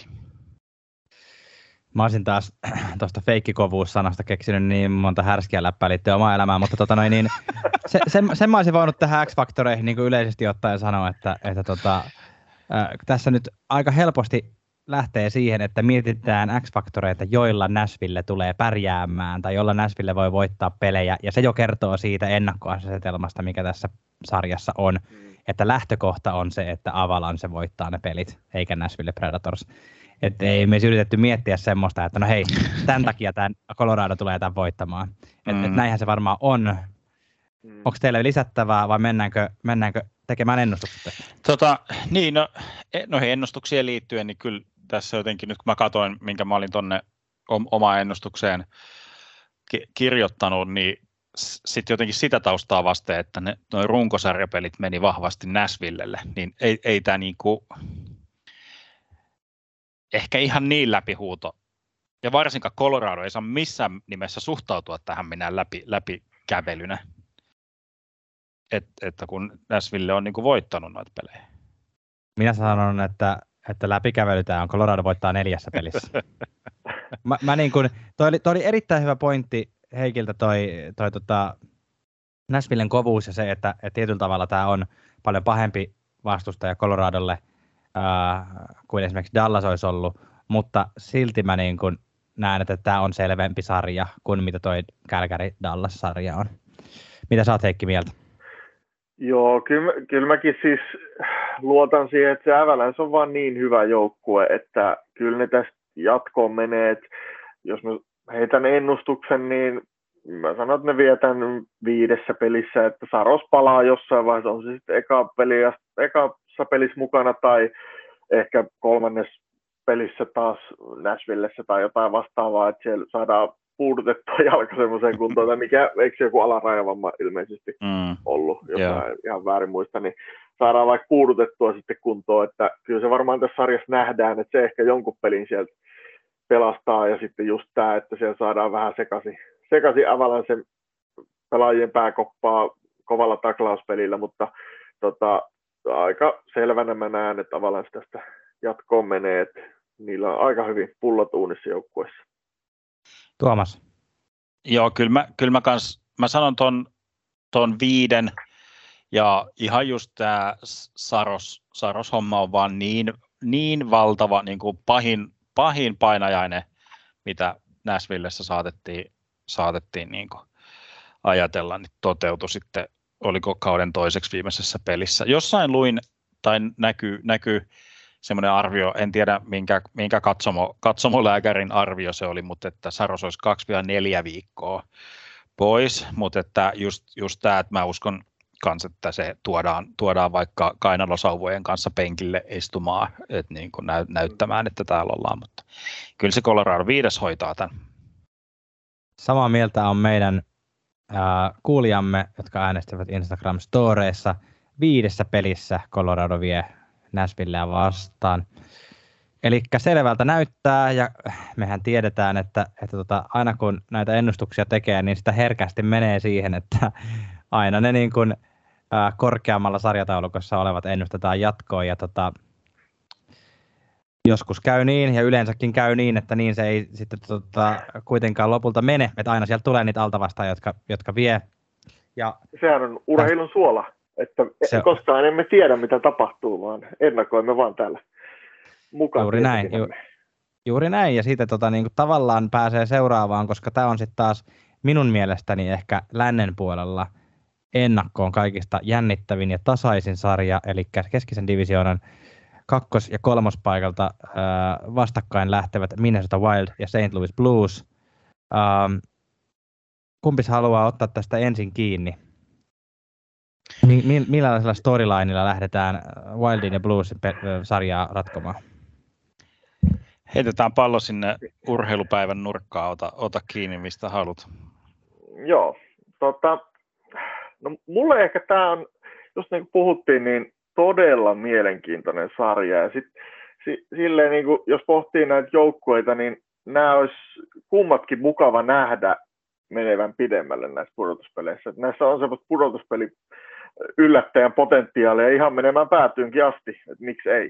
Mä olisin taas tuosta feikkikovuus-sanasta keksinyt niin monta härskiä läppää liittyen omaan elämään, mutta sen mä olisin voinut tähän X-faktoreihin niin kuin yleisesti ottaen sanoa, että tässä nyt aika helposti lähtee siihen, että mietitään X-faktoreita, joilla Nashville tulee pärjäämään tai joilla Nashville voi voittaa pelejä, ja se jo kertoo siitä ennakkoasetelmasta, mikä tässä sarjassa on, että lähtökohta on se, että Avalanche voittaa ne pelit, eikä Nashville Predators. Että ei me yritetty miettiä semmoista, että no hei, tämän takia tämä Colorado tulee tämän voittamaan. Että näinhän se varmaan on. Onko teille lisättävää vai mennäänkö tekemään ennustukset? Niin, noihin ennustuksiin liittyen, niin kyllä tässä jotenkin nyt kun mä katsoin, minkä mä olin tuonne omaan ennustukseen kirjoittanut, niin sitten jotenkin sitä taustaa vasten, että nuo runkosarjapelit meni vahvasti Nashvillelle, niin ei tämä niinku ehkä ihan niin läpihuuto. Ja varsinkaan Colorado ei saa missään nimessä suhtautua tähän minä läpikävelynä. Että kun Nashville on niinku voittanut noita pelejä. Minä sanon, että läpikävelytään on Colorado voittaa 4 pelissä. mä niin kuin, toi oli erittäin hyvä pointti Heikiltä toi Nashvillen kovuus ja se, että tietyllä tavalla tämä on paljon pahempi vastustaja Coloradolle kuin esimerkiksi Dallas olisi ollut, mutta silti mä niin kuin näen, että tämä on selvempi sarja kuin mitä toi Calgary-Dallas-sarja on. Mitä sä oot, Heikki, mieltä? Joo, kyllä mäkin siis luotan siihen, että se Avalanche on vaan niin hyvä joukkue, että kyllä ne tästä jatkoon menee. Et jos mä heitän ennustuksen, niin mä sanon, että ne vietän 5 pelissä, että Saros palaa jossain vaiheessa, on se sitten ekassa pelissä mukana tai ehkä 3. pelissä taas Nashvillessä tai jotain vastaavaa, että siellä saadaan puudutettua jalka semmoiseen kuntoon, tai eikö se joku alarajavamma ilmeisesti ollut, jos mä ihan väärin muista, niin saadaan vaikka puudutettua sitten kuntoon, että kyllä se varmaan tässä sarjassa nähdään, että se ehkä jonkun pelin sieltä pelastaa, ja sitten just tämä, että siellä saadaan vähän sekaisin Avalancen pelaajien pääkoppaa kovalla taklauspelillä, mutta aika selvänä mä näen, että Avalanche tästä jatkoon menee, että niillä on aika hyvin pullot uunissa joukkueessa. Tuomas. Joo, kyllä mä sanon ton 5, ja ihan just tämä Saros-homma on vaan niin valtava, niin kuin pahin painajainen, mitä Nashvillessä saatettiin niin kuin ajatella, niin toteutui sitten, oliko kauden toiseksi viimeisessä pelissä. Jossain luin, tai näkyy semmoinen arvio, en tiedä minkä katsomolääkärin arvio se oli, mutta että Saros olisi 2-4 viikkoa pois, mutta että just tämä, että mä uskon kans, että se tuodaan vaikka kainalosauvojen kanssa penkille istumaan, että niin kuin näyttämään, että täällä ollaan, mutta kyllä se Colorado 5 hoitaa tämän. Samaa mieltä on meidän kuulijamme, jotka äänestävät Instagram-storeissa. 5 pelissä Colorado vie Nashvilleä vastaan. Eli selvältä näyttää, ja mehän tiedetään, että aina kun näitä ennustuksia tekee, niin sitä herkästi menee siihen, että aina ne niin kuin, korkeammalla sarjataulukossa olevat ennustetaan jatkoon, ja joskus käy niin, ja yleensäkin käy niin, että niin se ei sitten kuitenkaan lopulta mene, että aina sieltä tulee niitä altavastaan, jotka vie. Ja sehän on urheilun suola, että koskaan emme tiedä, mitä tapahtuu, vaan ennakoimme vaan täällä mukaan. Juuri näin, ja siitä niin kuin tavallaan pääsee seuraavaan, koska tämä on sitten taas minun mielestäni ehkä lännen puolella ennakkoon kaikista jännittävin ja tasaisin sarja, eli keskisen divisioonan 2. ja 3. paikalta vastakkain lähtevät Minnesota Wild ja St. Louis Blues. Kumpis haluaa ottaa tästä ensin kiinni? Millaisella storylinella lähdetään Wildin ja Bluesin sarjaa ratkomaan? Heitetään pallo sinne urheilupäivän nurkkaan, ota kiinni mistä haluat. Joo, no mulle ehkä tämä on, just niin kuin puhuttiin, niin todella mielenkiintoinen sarja, ja sitten silleen, niin kuin, jos pohtii näitä joukkueita, niin nämä olisi kummatkin mukava nähdä menevän pidemmälle näissä pudotuspeleissä. Et näissä on semmoista pudotuspeli yllättäjän potentiaalia ihan menemään päätyynkin asti, että miksi ei.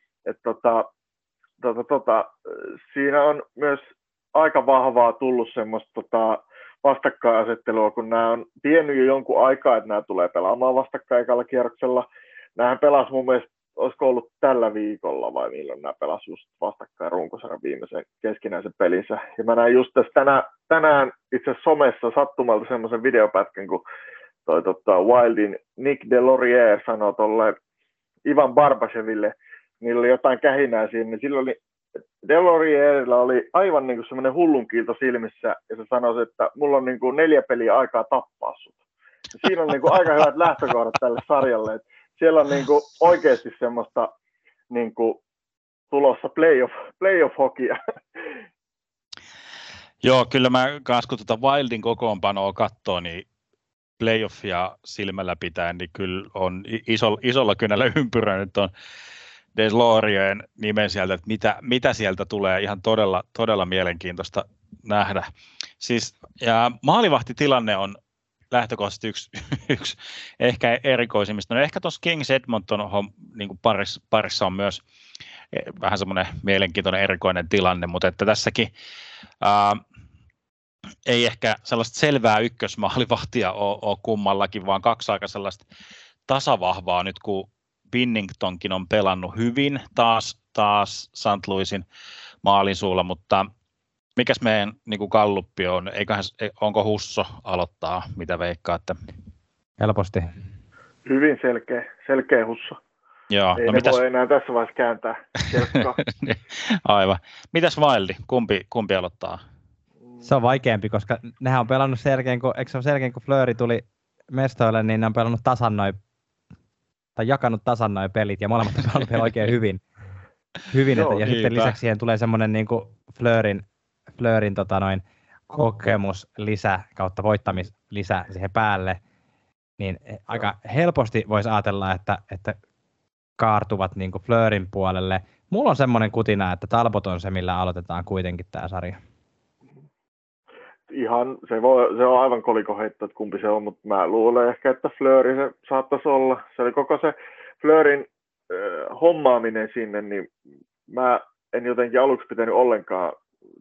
Siinä on myös aika vahvaa tullut semmoista vastakkainasettelua, kun nämä on tiennyt jo jonkun aikaa, että nämä tulee pelaamaan vastakkain ekalla kierroksella. Nämähän pelasi mun mielestä, olisiko ollut tällä viikolla vai milloin nämä pelasi just vastakkain runkosarjan viimeisen keskinäisen pelinsä. Ja mä näin just tässä tänään itse asiassa somessa sattumalta semmoisen videopätkän, kun Wildin Nick Delorier sanoi tolle Ivan Barbasheville, niillä oli jotain kähinää siinä, niin silloin Delorierilla oli aivan niin kuin semmoinen hullunkiilto silmissä, ja se sanoi, että mulla on niin kuin 4 peliä aikaa tappaa sut. Ja siinä on niin kuin aika hyvät lähtökohdat tälle sarjalle, että siellä on niin kuin oikeasti semmoista niin kuin tulossa playoff-hokia. Joo, kyllä mä kanssa kun Wildin kokoonpanoa katsoo, niin playoffia silmällä pitäen, niin kyllä on isolla kynällä ympyröinyt on Deslorien nimen sieltä, että mitä sieltä tulee, ihan todella mielenkiintoista nähdä. Siis, ja maalivahtitilanne on lähtökohtaisesti yksi ehkä erikoisimmista. No ehkä tuossa Kings Edmonton niin kuin parissa on myös vähän semmoinen mielenkiintoinen erikoinen tilanne, mutta että tässäkin ei ehkä sellaista selvää ykkösmaalivahtia ole kummallakin, vaan 2 aika sellaista tasavahvaa nyt, kun Binningtonkin on pelannut hyvin taas St. Louisin maalin suulla, mutta mikäs meidän niin galluppi on? Onko Husso aloittaa, mitä veikkaatte? Helposti. Hyvin selkeä Husso. Joo. Ei ne voi enää tässä vaiheessa kääntää kelkkaa. Aivan. Mitäs Wildi? Kumpi aloittaa? Se on vaikeampi, koska nehän on pelannut sen jälkeen, kun Fleury tuli mestoille, niin ne on pelannut jakanut tasan noi pelit, ja molemmat on pelannut vielä oikein hyvin. Joo, ja sitten lisäksi siihen tulee semmoinen niin kuin Fleuryn kokemus lisä kautta voittamislisä siihen päälle, niin aika helposti voisi ajatella, että kaartuvat niin kuin Fleuryn puolelle. Mulla on semmoinen kutina, että Talbot on se, millä aloitetaan kuitenkin tämä sarja. Ihan, se on aivan kolikoheitto, että kumpi se on, mutta mä luulen ehkä, että Fleury se saattaisi olla. Se oli koko se Fleuryn hommaaminen sinne, niin mä en jotenkin aluksi pitänyt ollenkaan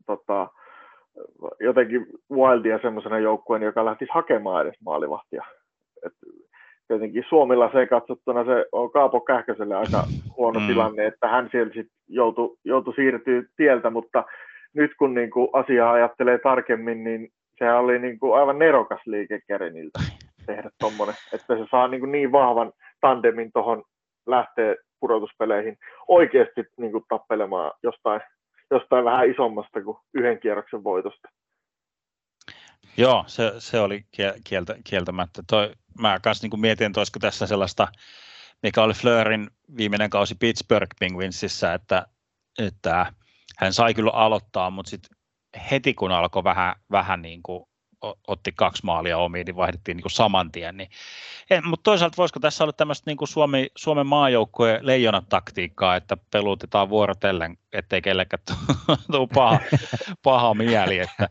jotenkin Wildia semmoisena joukkueen, joka lähtisi hakemaan edes maalivahtia. Et tietenkin Suomilla se katsottuna se on Kaapo Kähköselle aika huono tilanne, että hän sieltä sitten joutui siirtyä tieltä, mutta nyt kun niinku asiaa ajattelee tarkemmin, niin sehän oli niinku aivan nerokas liike Kereniltä tehdä tommonen, että se saa niin vahvan tandemin tuohon lähtee pudotuspeleihin oikeasti niinku tappelemaan jostain vähän isommasta kuin yhden kierroksen voitosta. Joo, se oli kieltämättä. Mä kanssa niin mietin, että olisiko tässä sellaista, mikä oli Fleuryn viimeinen kausi Pittsburgh Penguinsissä, että hän sai kyllä aloittaa, mutta sitten heti kun alkoi vähän niin kuin otti 2 maalia omiin, niin vaihdettiin niin kuin saman tien. Mutta toisaalta voisiko tässä olla tämmöistä niin kuin Suomen maajoukkueen leijonataktiikkaa, että pelutetaan vuorotellen, ettei kellekään tule paha mieli, että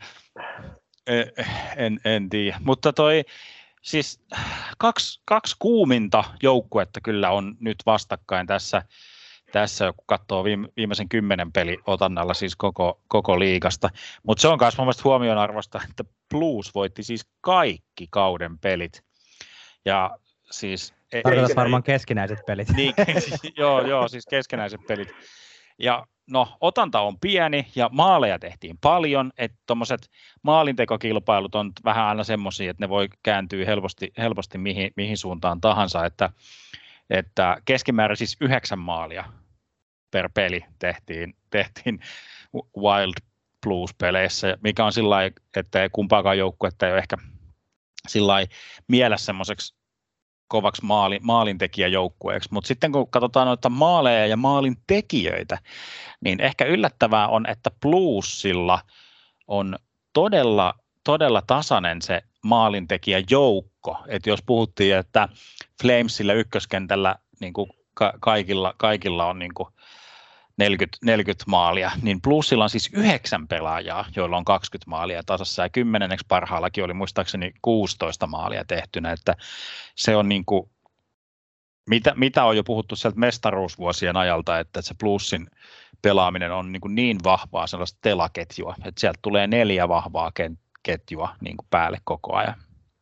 en tiedä. Mutta siis kaksi kuuminta joukkuetta kyllä on nyt vastakkain tässä kun katsoo viimeisen 10 peliotannalla siis koko liigasta. Mutta se on myös mun mielestä huomionarvoista, että Blues voitti siis kaikki kauden pelit. Ja siis tarkoitas varmaan keskinäiset pelit. Niin, joo, siis keskinäiset pelit. Ja no, otanta on pieni ja maaleja tehtiin paljon, että tuommoiset maalintekokilpailut on vähän aina semmoisia, että ne voi kääntyä helposti mihin suuntaan tahansa, että keskimäärin siis 9 maalia per peli tehtiin Wild Blues-peleissä, mikä on sillä lailla, että kumpaakaan joukkuetta ei ole ehkä sillä lailla mielessä semmoiseksi kovaksi maalintekijäjoukkueeksi, mutta sitten kun katsotaan noita maaleja ja maalintekijöitä, niin ehkä yllättävää on, että Bluesilla on todella tasainen se maalintekijäjoukko, että jos puhuttiin, että Flamesilla ykköskentällä niin kuin kaikilla on niin kuin 40 maalia, niin Bluesilla on siis 9 pelaajaa, joilla on 20 maalia tasassa, ja 10. parhaallakin oli muistaakseni 16 maalia tehtynä, että se on niin kuin, mitä on jo puhuttu sieltä mestaruusvuosien ajalta, että se Bluesin pelaaminen on niin vahvaa sellaista telaketjua, että sieltä tulee 4 vahvaa ketjua niin kuin päälle koko ajan.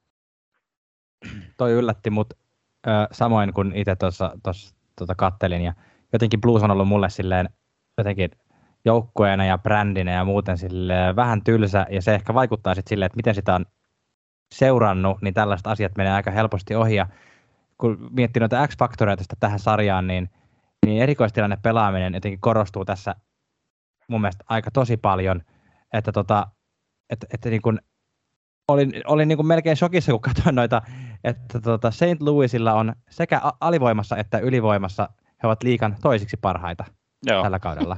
Toi yllätti mut samoin kuin itse tuossa kattelin, ja jotenkin Blues on ollut mulle silleen jotenkin joukkueena ja brändinä ja muuten silleen vähän tylsä, ja se ehkä vaikuttaa sitten silleen, että miten sitä on seurannut, niin tällaiset asiat menee aika helposti ohi, ja kun miettii noita X-faktoreita tähän sarjaan, niin erikoistilanne pelaaminen jotenkin korostuu tässä mun mielestä aika tosi paljon, että niin kuin olin niin kuin melkein shokissa, kun katsoin noita, että St. Louisilla on sekä alivoimassa että ylivoimassa he ovat liigan toisiksi parhaita tällä kaudella.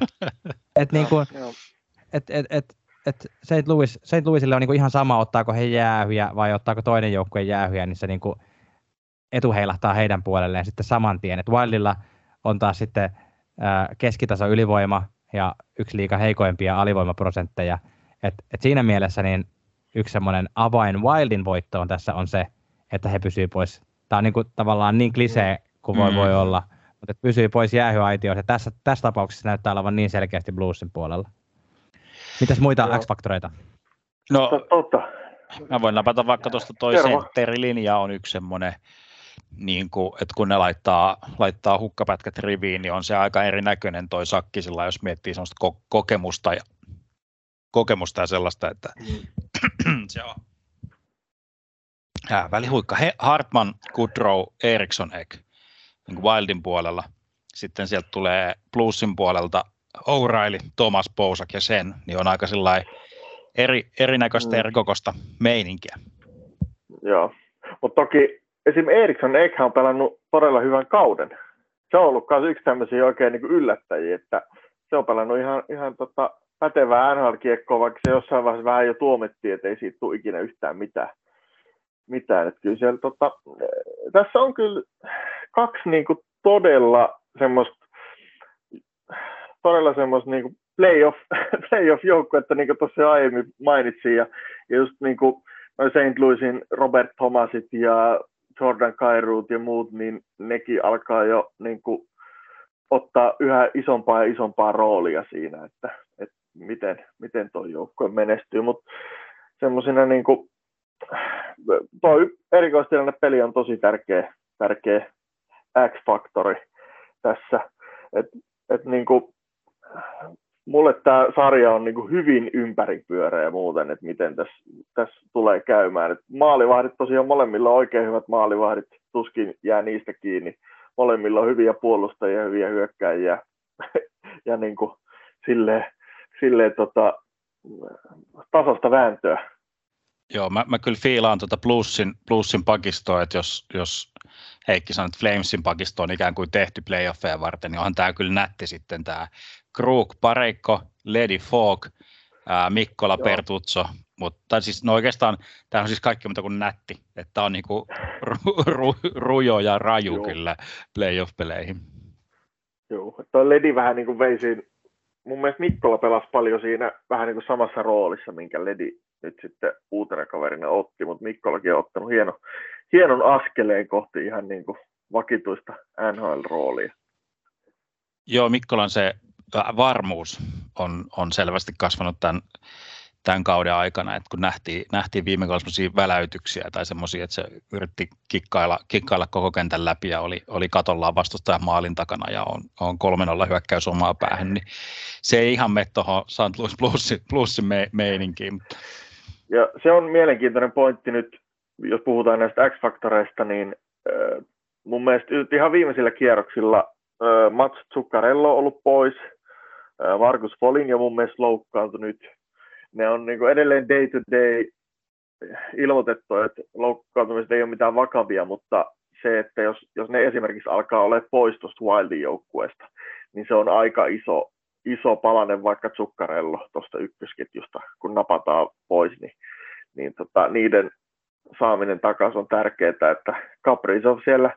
St. Louisille on niin kuin ihan sama, ottaako he jäähyjä vai ottaako toinen joukkue jäähyjä, niin se niin kuin etu heilahtaa heidän puolelleen sitten saman tien. Et Wildilla on taas sitten keskitaso ylivoima ja yksi liigan heikoimpia alivoimaprosentteja. Et siinä mielessä niin yksi semmoinen avain Wildin voittoon tässä on se, että he pysyy pois. Tämä on niin kuin tavallaan niin klisee kuin voi olla, mutta pysyy pois jäähyaitioon. Tässä tapauksessa näyttää olevan niin selkeästi Bluesin puolella. Mitäs muita X-faktoreita? No, mä voin napata vaikka tuosta toiseen. Terilinja on yksi semmoinen, niin kuin, että kun ne laittaa hukkapätkät riviin, niin on se aika erinäköinen toi sakki sillä, jos miettii semmoista kokemusta ja sellaista, että se on välihuikka. Hartman, Goodrow, Eriksson, Ek niin kuin Wildin puolella. sitten sieltä tulee Bluesin puolelta O'Reilly, Thomas Bousak ja sen, niin on aika erinäköistä erikokosta meininkiä. Joo, mutta toki esimerkiksi Eriksson Ek on pelannut todella hyvän kauden. Se on ollut myös yksi tämmöisiä oikein niin kuin yllättäjiä, että se on pelannut ihan pätevää NHL-kiekkoa, vaikka se jossain vaiheessa vähän jo tuomittiin, että ei siitä tule ikinä yhtään mitään. Että kyllä siellä, tässä on kyllä kaksi niin kuin todella semmoista niin kuin playoff-joukkuetta, niin kuin tuossa aiemmin mainitsin, ja just niin kuin St. Louisin Robert Thomasit ja Jordan Kyrou ja muut, niin nekin alkaa jo niin kuin ottaa yhä isompaa ja isompaa roolia siinä, että miten tuo joukkue menestyy, mutta semmoisena niin kuin tuo erikoistilanne peli on tosi tärkeä X-faktori tässä, että niin kuin mulle tämä sarja on niin kuin hyvin ympäripyöreä muuten, että miten tässä tulee käymään. Et maalivahdit tosiaan molemmilla on oikein hyvät maalivahdit, tuskin jää niistä kiinni. Molemmilla on hyviä puolustajia, hyviä hyökkääjiä ja niin kuin silleen tasasta vääntöä. Joo, mä kyllä fiilaan Bluesin pakistoa, että jos Heikki sanoi, että Flamesin pakisto on ikään kuin tehty playoffeja varten, niin onhan tämä kyllä nätti sitten tämä Krug, Pareikko, Lady Falk, Mikkola, joo. Pertuzzo, mutta siis no oikeastaan tämä on siis kaikki muuta kuin nätti, että tämä on niinku rujo ja raju joo. Kyllä playoff-peleihin. Joo, tuo Ledi vähän niin kuin vei siinä, mun mielestä Mikkola pelasi paljon siinä vähän niin kuin samassa roolissa, minkä Ledi nyt sitten uutena kaverina otti, mutta Mikkolakin on ottanut hienon askeleen kohti ihan niin kuin vakituista NHL-roolia. Joo, Mikkolan se varmuus on selvästi kasvanut tämän kauden aikana, että kun nähtiin viime kaudella semmoisia väläytyksiä tai semmoisia, että se yritti kikkailla koko kentän läpi ja oli katollaan vastustajan maalin takana ja on 3-0 hyökkäys omaa päähän, niin se ei ihan mene tuohon St. Louis Bluesin meininkiin. Ja se on mielenkiintoinen pointti nyt, jos puhutaan näistä X-faktoreista, niin mun mielestä ihan viimeisillä kierroksilla Mats Zuccarello on ollut pois, Markus Foligno mun mielestä loukkaantui nyt. Ne on niin kuin edelleen day to day ilmoitettu, että loukkaantumiset ei ole mitään vakavia, mutta se, että jos ne esimerkiksi alkaa olla pois tuosta Wildin joukkueesta, niin se on aika iso palanen vaikka Zuccarello tuosta ykkösketjusta, kun napataan pois, niin niiden saaminen takaisin on tärkeää, että Kaprizov siellä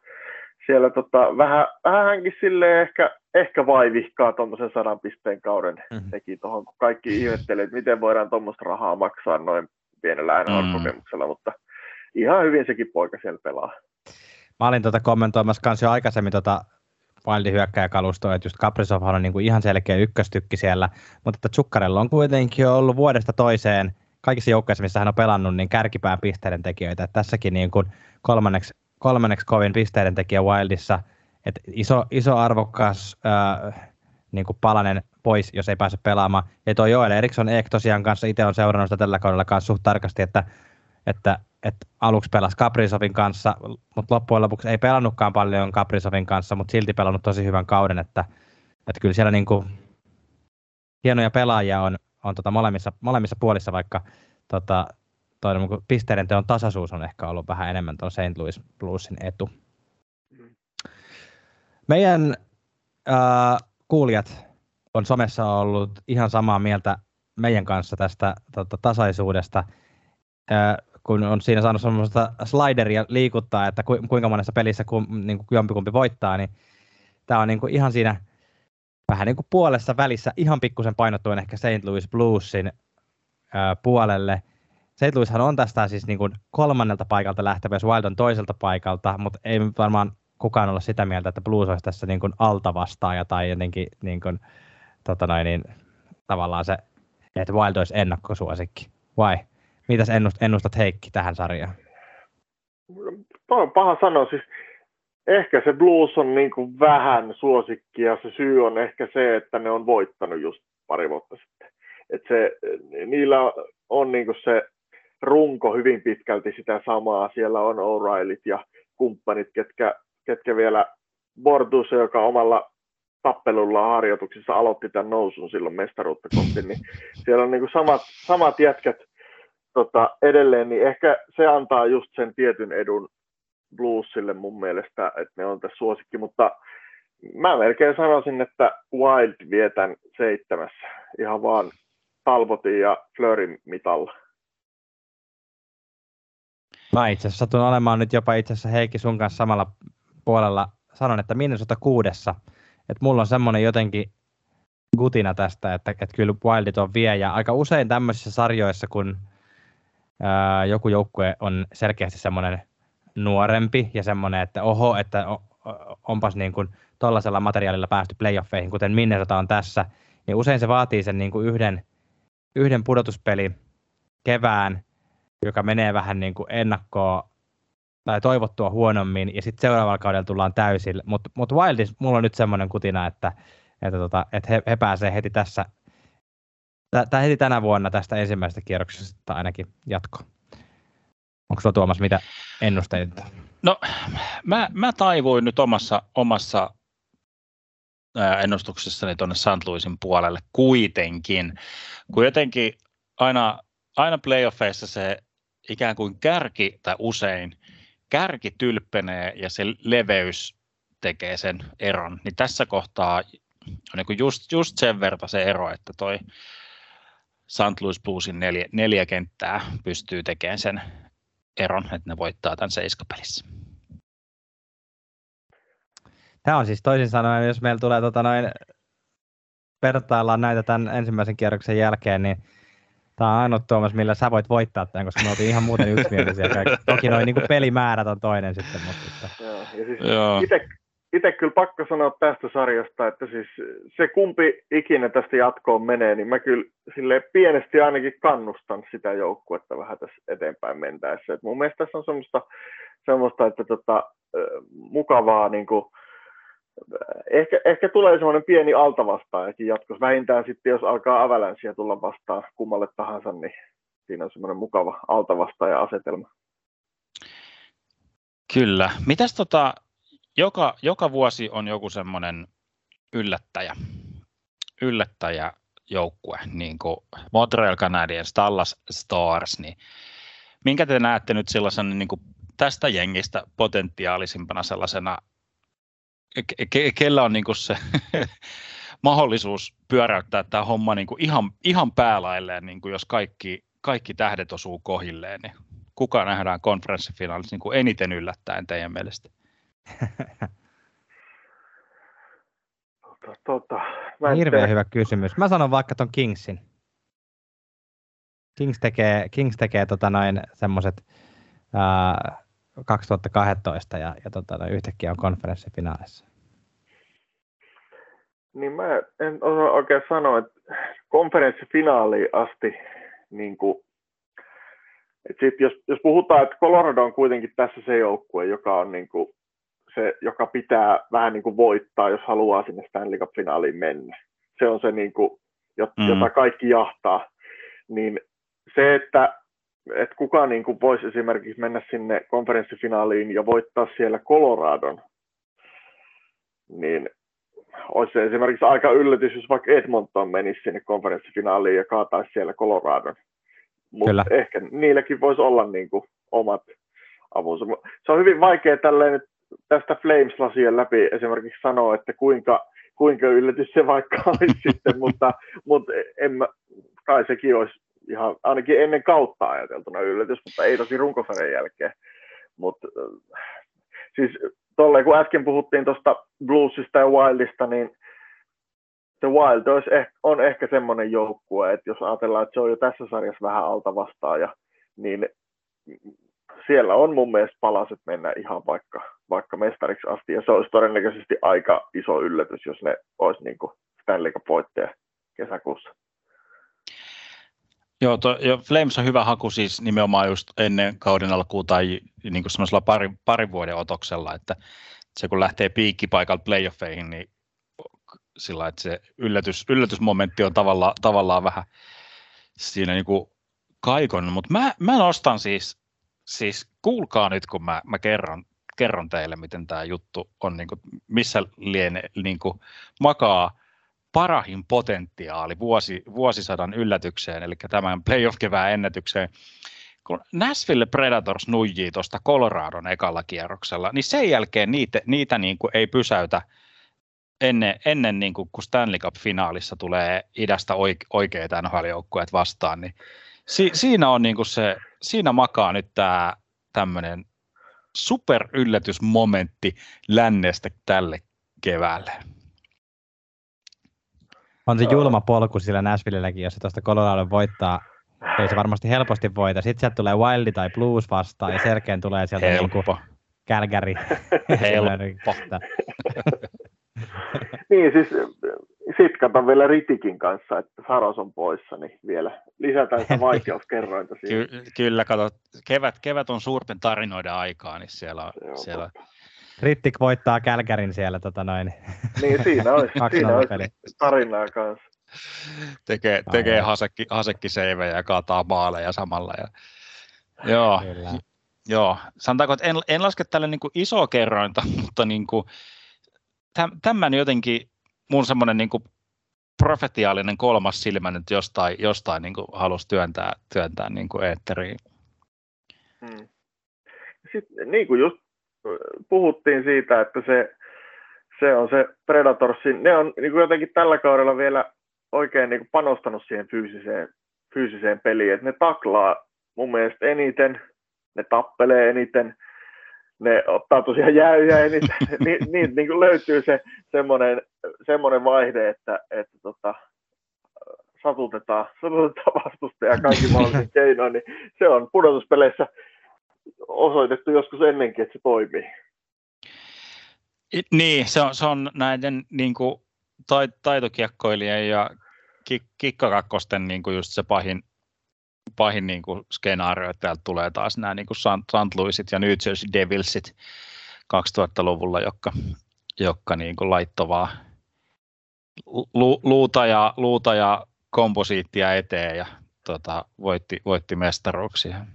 vähänkin silleen ehkä vaivihkaa tuommoisen 100 pisteen kauden teki tuohon, kun kaikki ihmettelee, että miten voidaan tuommoista rahaa maksaa noin pienellä NHL-kokemuksella, mutta ihan hyvin sekin poika siellä pelaa. Mä olin kommentoimassa kanssa jo aikaisemmin Wildin hyökkääjäkalustoa, että just Kaprizovhan on niinku ihan selkeä ykköstykki siellä, mutta että Zuccarello on kuitenkin ollut vuodesta toiseen kaikissa joukkueissa, missä hän on pelannut, niin kärkipään pisteiden tekijöitä. Että tässäkin niin kuin kolmanneksi kovin pisteiden tekijä Wildissa, että iso arvokas niin kuin palanen pois, jos ei pääse pelaamaan. Ja tuo Joel Eriksson Ek tosiaan kanssa itse on seurannut sitä tällä kaudella kanssa suht tarkasti, että aluksi pelasi Kaprizovin kanssa, mutta loppujen lopuksi ei pelannutkaan paljon Kaprizovin kanssa, mutta silti pelannut tosi hyvän kauden, että kyllä siellä niin kuin hienoja pelaajia on molemmissa puolissa, vaikka pisteiden teon tasaisuus on ehkä ollut vähän enemmän tuon St. Louis Bluesin etu. Meidän kuulijat on somessa ollut ihan samaa mieltä meidän kanssa tästä tasaisuudesta, kun on siinä saanut semmoista slideria liikuttaa, että kuinka monessa pelissä niin jompikumpi voittaa, niin tämä on niin kuin ihan siinä vähän niin kuin puolessa välissä, ihan pikkusen painottuen ehkä St. Louis Bluesin puolelle. St. Louishan on tästä siis niin kuin 3. paikalta lähtevä, jos Wild on 2. paikalta, mutta ei varmaan kukaan olla sitä mieltä, että Blues olisi tässä niin kuin altavastaaja tai jotenkin niin kuin, tavallaan se, että Wild olisi ennakkosuosikki. Vai? Mitäs ennustat Heikki tähän sarjaan? Toi on paha sanoa. Siis ehkä se Blues on niin kuin vähän suosikki ja se syy on ehkä se, että ne on voittanut just pari vuotta sitten. Että niillä on niin kuin se runko hyvin pitkälti sitä samaa. Siellä on O'Reillyt ja kumppanit, ketkä vielä Bordusse, joka omalla tappelulla harjoituksissa aloitti tämän nousun silloin mestaruutta kohti, niin siellä on niin kuin samat jätkät edelleen, niin ehkä se antaa just sen tietyn edun Bluesille mun mielestä, että ne on tässä suosikki, mutta mä melkein sanoisin, että Wild vie tämän 7. ihan vaan Talbotin ja Fleurin mitalla. Mä itse asiassa satun olemaan nyt jopa itse asiassa Heikki sun kanssa samalla puolella. Sanon, että Minnesota 6. Että mulla on semmoinen jotenkin gutina tästä, että kyllä Wildit on vie. Ja aika usein tämmöisissä sarjoissa, kun joku joukkue on selkeästi semmoinen nuorempi ja semmoinen, että oho, että onpas niin kuin tollaisella materiaalilla päästy playoffeihin, kuten Minnesota on tässä, niin usein se vaatii sen niin kuin yhden pudotuspeli kevään, joka menee vähän niin kuin ennakkoa tai toivottua huonommin, ja sitten seuraavalla kaudella tullaan täysille. Mutta Wildis, mulla on nyt semmoinen kutina, että he pääsee heti tässä, heti tänä vuonna tästä ensimmäisestä kierroksesta ainakin jatkoon. Onko sulla Tuomas mitä ennusteita? No, mä taivuin nyt omassa ennustuksessani tuonne St. Louisin puolelle kuitenkin, kun jotenkin aina playoffeissa se ikään kuin kärki, tai usein kärki tylppenee ja se leveys tekee sen eron, niin tässä kohtaa on niin kuin just sen verran se ero, että toi St. Louis Bluesin 4 kenttää pystyy tekemään sen eron, että ne voittaa tämän 7-pelissä. Tämä on siis toisin sanoen, jos meillä tulee vertaillaan näitä tämän ensimmäisen kierroksen jälkeen, niin tämä on ainut Tuomas, millä sä voit voittaa tämän, koska me oltiin ihan muuten yksimielisiä. Toki noin niin kuin pelimäärät on toinen sitten. Mutta. Joo, ja siis itse kyllä pakko sanoa tästä sarjasta, että siis se kumpi ikinä tästä jatkoon menee, niin mä kyllä silleen pienesti ainakin kannustan sitä joukkuetta vähän tässä eteenpäin mentäessä. Et mun mielestä tässä on semmoista että mukavaa niin kuin, ehkä tulee semmoinen pieni altavastaajakin jatkossa. Vähintään sitten, jos alkaa Avalanchea tulla vastaan kummalle tahansa, niin siinä on semmoinen mukava altavastaaja-asetelma. Kyllä. Mitäs joka vuosi on joku semmoinen yllättäjäjoukkue, niin kuin Montreal Canadiens, Dallas Stars, niin minkä te näette nyt sellaisen niin kuin tästä jengistä potentiaalisimpana sellaisena, kellä on niin kuin se mahdollisuus pyöräyttää tämä homma niin kuin ihan päälailleen, niin kuin jos kaikki tähdet osuu kohilleen, niin kuka nähdään konferenssifinaalissa niin kuin eniten yllättäen teidän mielestä? Hirveän hyvä kysymys. Mä sanon vaikka ton Kingsin. Kings tekee semmoiset 2012 ja yhtäkkiä on konferenssifinaalissa. Niin mä en osaa oikein sanoa, että konferenssifinaaliin asti, niin kuin, että sit jos puhutaan, että Colorado on kuitenkin tässä se joukkue, joka on niin kuin se, joka pitää vähän niin kuin voittaa, jos haluaa sinne Stanley Cup-finaaliin mennä. Se on se, niin kuin, jota kaikki jahtaa. Niin se, että kuka niin kuin voisi esimerkiksi mennä sinne konferenssifinaaliin ja voittaa siellä Coloradon, niin olisi se esimerkiksi aika yllätys, jos vaikka Edmonton menisi sinne konferenssifinaaliin ja kaataisi siellä Coloradon. Mutta ehkä niilläkin voisi olla niin kuin omat avunsa. Se on hyvin vaikea tälleen tästä Flames-lasien läpi esimerkiksi sanoa, että kuinka yllätys se vaikka olisi sitten, mutta kai sekin olisi ihan ainakin ennen kautta ajateltuna yllätys, mutta ei tosi runkosarjan jälkeen. Mutta siis tolleen, kun äsken puhuttiin tuosta Bluesista ja Wildista, niin The Wild on ehkä semmoinen joukkue, että jos ajatellaan, että se on jo tässä sarjassa vähän altavastaaja, niin siellä on mun mielestä palaset mennä ihan vaikka mestariksi asti, ja se olisi todennäköisesti aika iso yllätys, jos ne olisi niin kuin Stanley Cup-voittaja kesäkuussa. Joo, Flames on hyvä haku siis nimenomaan just ennen kauden alkuun tai niin kuin semmoisella parin vuoden otoksella, että se kun lähtee piikkipaikalta playoffeihin, niin sillä että se yllätysmomentti on tavallaan vähän siinä niin kuin kaikon, mutta mä nostan siis kuulkaa nyt kun mä kerron kerron teille, miten tämä juttu on, niin kuin, missä lienee niin kuin, makaa parahin potentiaali vuosisadan yllätykseen, eli tämän playoff-kevään ennätykseen. Kun Nashville Predators nuijii tuosta Coloradon ekalla kierroksella, niin sen jälkeen niitä niin kuin ei pysäytä ennen niin kuin, kun Stanley Cup-finaalissa tulee idästä oikeita NHL-joukkueet vastaan, niin siinä on niin kuin siinä makaa nyt tämä tämmöinen superyllätysmomentti lännestä tälle keväälle. On se julma polku sillä Nashvillelläkin, jos se tuosta Colorado voittaa. Ei se varmasti helposti voita. Sitten sieltä tulee Wildi tai Blues vastaan ja selkeän tulee sieltä niinku Calgary. Helppo. Niin siis sit katon vielä Ritikin kanssa, että Saros on poissa, niin vielä lisätään sitä vaikeuskerrointa siihen. Kyllä, kato, kevät on suurten tarinoiden aikaa, niin siellä Rittik voittaa Calgaryn siellä Niin siinä olisi tarinaa kanssa. Tekee hasekkiseivejä ja kaataa maaleja samalla. Joo. Sanotaanko, että en laske tälle niin kuin isoa kerrointa, mutta niin kuin, tämän jotenkin mun semmoinen niin kuin profetiaalinen kolmas silmä nyt jostain niin kuin halusi työntää niin kuin eetteriin. Sitten niin kuin just puhuttiin siitä, että se on se Predatorsin, ne on niin kuin jotenkin tällä kaudella vielä oikein niin kuin panostanut siihen fyysiseen peliin, että ne taklaa mun mielestä eniten, ne tappelee eniten, ne ottaa tosiaan jäyjä eniten, niin kuin löytyy se semmoinen vaihde, että satutetaan vastustajaa kaikki mahdollisin keinoin, niin se on pudotuspeleissä osoitettu joskus ennenkin, että se toimii. Niin, se on näiden niin kuin taitokiekkoilijan ja kikkakakkosten niin kuin just se pahin niin kuin skenaario, että täältä tulee taas nämä niin kuin St. Louisit ja New Jersey Devilsit 2000-luvulla, jotka niin kuin laittovaa luuta ja komposiittia eteen ja voitti mestaruuksia.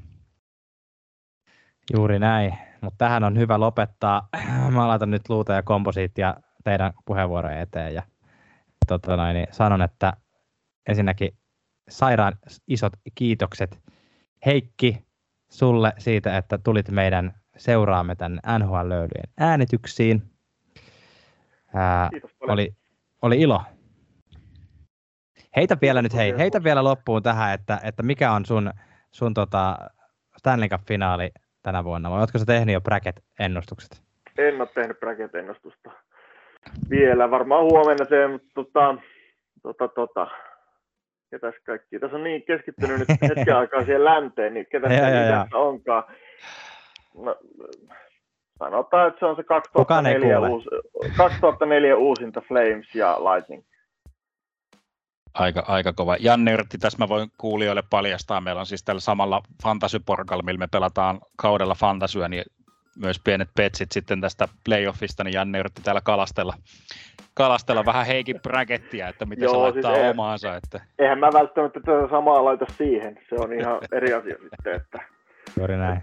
Juuri näin, mutta tähän on hyvä lopettaa. Mä laitan nyt luuta ja komposiittia teidän puheenvuorojen eteen ja niin sanon, että ensinnäkin sairaan isot kiitokset Heikki sulle siitä, että tulit meidän seuraamme tänne NHL-löylyjen äänityksiin. Oli ilo. Heitä vielä loppuun tähän, että mikä on sun Stanley Cup-finaali tänä vuonna, vai ootko sä tehnyt jo bracket-ennustukset? En ole tehnyt bracket-ennustusta. Vielä varmaan huomenna teen, mutta ketäs kaikki. Tässä on niin keskittynyt nyt hetken aikaa siihen länteen, niin ketäs tässä onkaan. No, sanotaan, että se on se 2004 uusinta Flames ja Lightning. Aika kova. Janne yritti, tässä mä voin kuulijoille paljastaa, meillä on siis tällä samalla Fantasy-porkalla, millä me pelataan kaudella Fantasyä, niin myös pienet petsit sitten tästä playoffista, niin Janne yritti täällä kalastella vähän Heikin brackettia, että miten se laittaa siis omaansa. Että... Eihän mä välttämättä tätä samaa laita siihen, se on ihan eri asia sitten. Että... Juuri näin.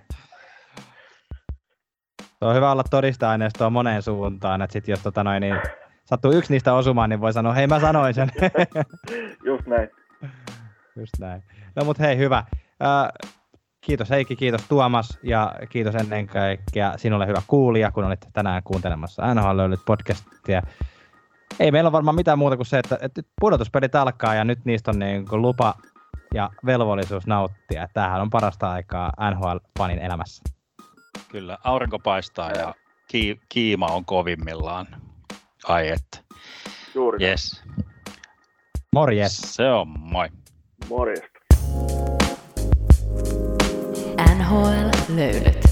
Se on hyvä olla todista-aineistoa moneen suuntaan, että sit jos niin sattuu yksi niistä osumaan, niin voi sanoa, hei mä sanoin sen. Just näin. Just näin. No mut hei, hyvä. Kiitos Heikki, kiitos Tuomas ja kiitos ennen kaikkea sinulle hyvä kuulija, kun olit tänään kuuntelemassa NHL-löylyt podcastia. Ei meillä ole varmaan mitään muuta kuin se, että pudotuspelit alkaa ja nyt niistä on niin kuin lupa ja velvollisuus nauttia. Tämähän on parasta aikaa NHL-fanin elämässä. Kyllä, aurinko paistaa ja kiima on kovimmillaan. Ai että. Juuri. Yes. Morjes. Se on moi. Morjesta. NHL-löylyt.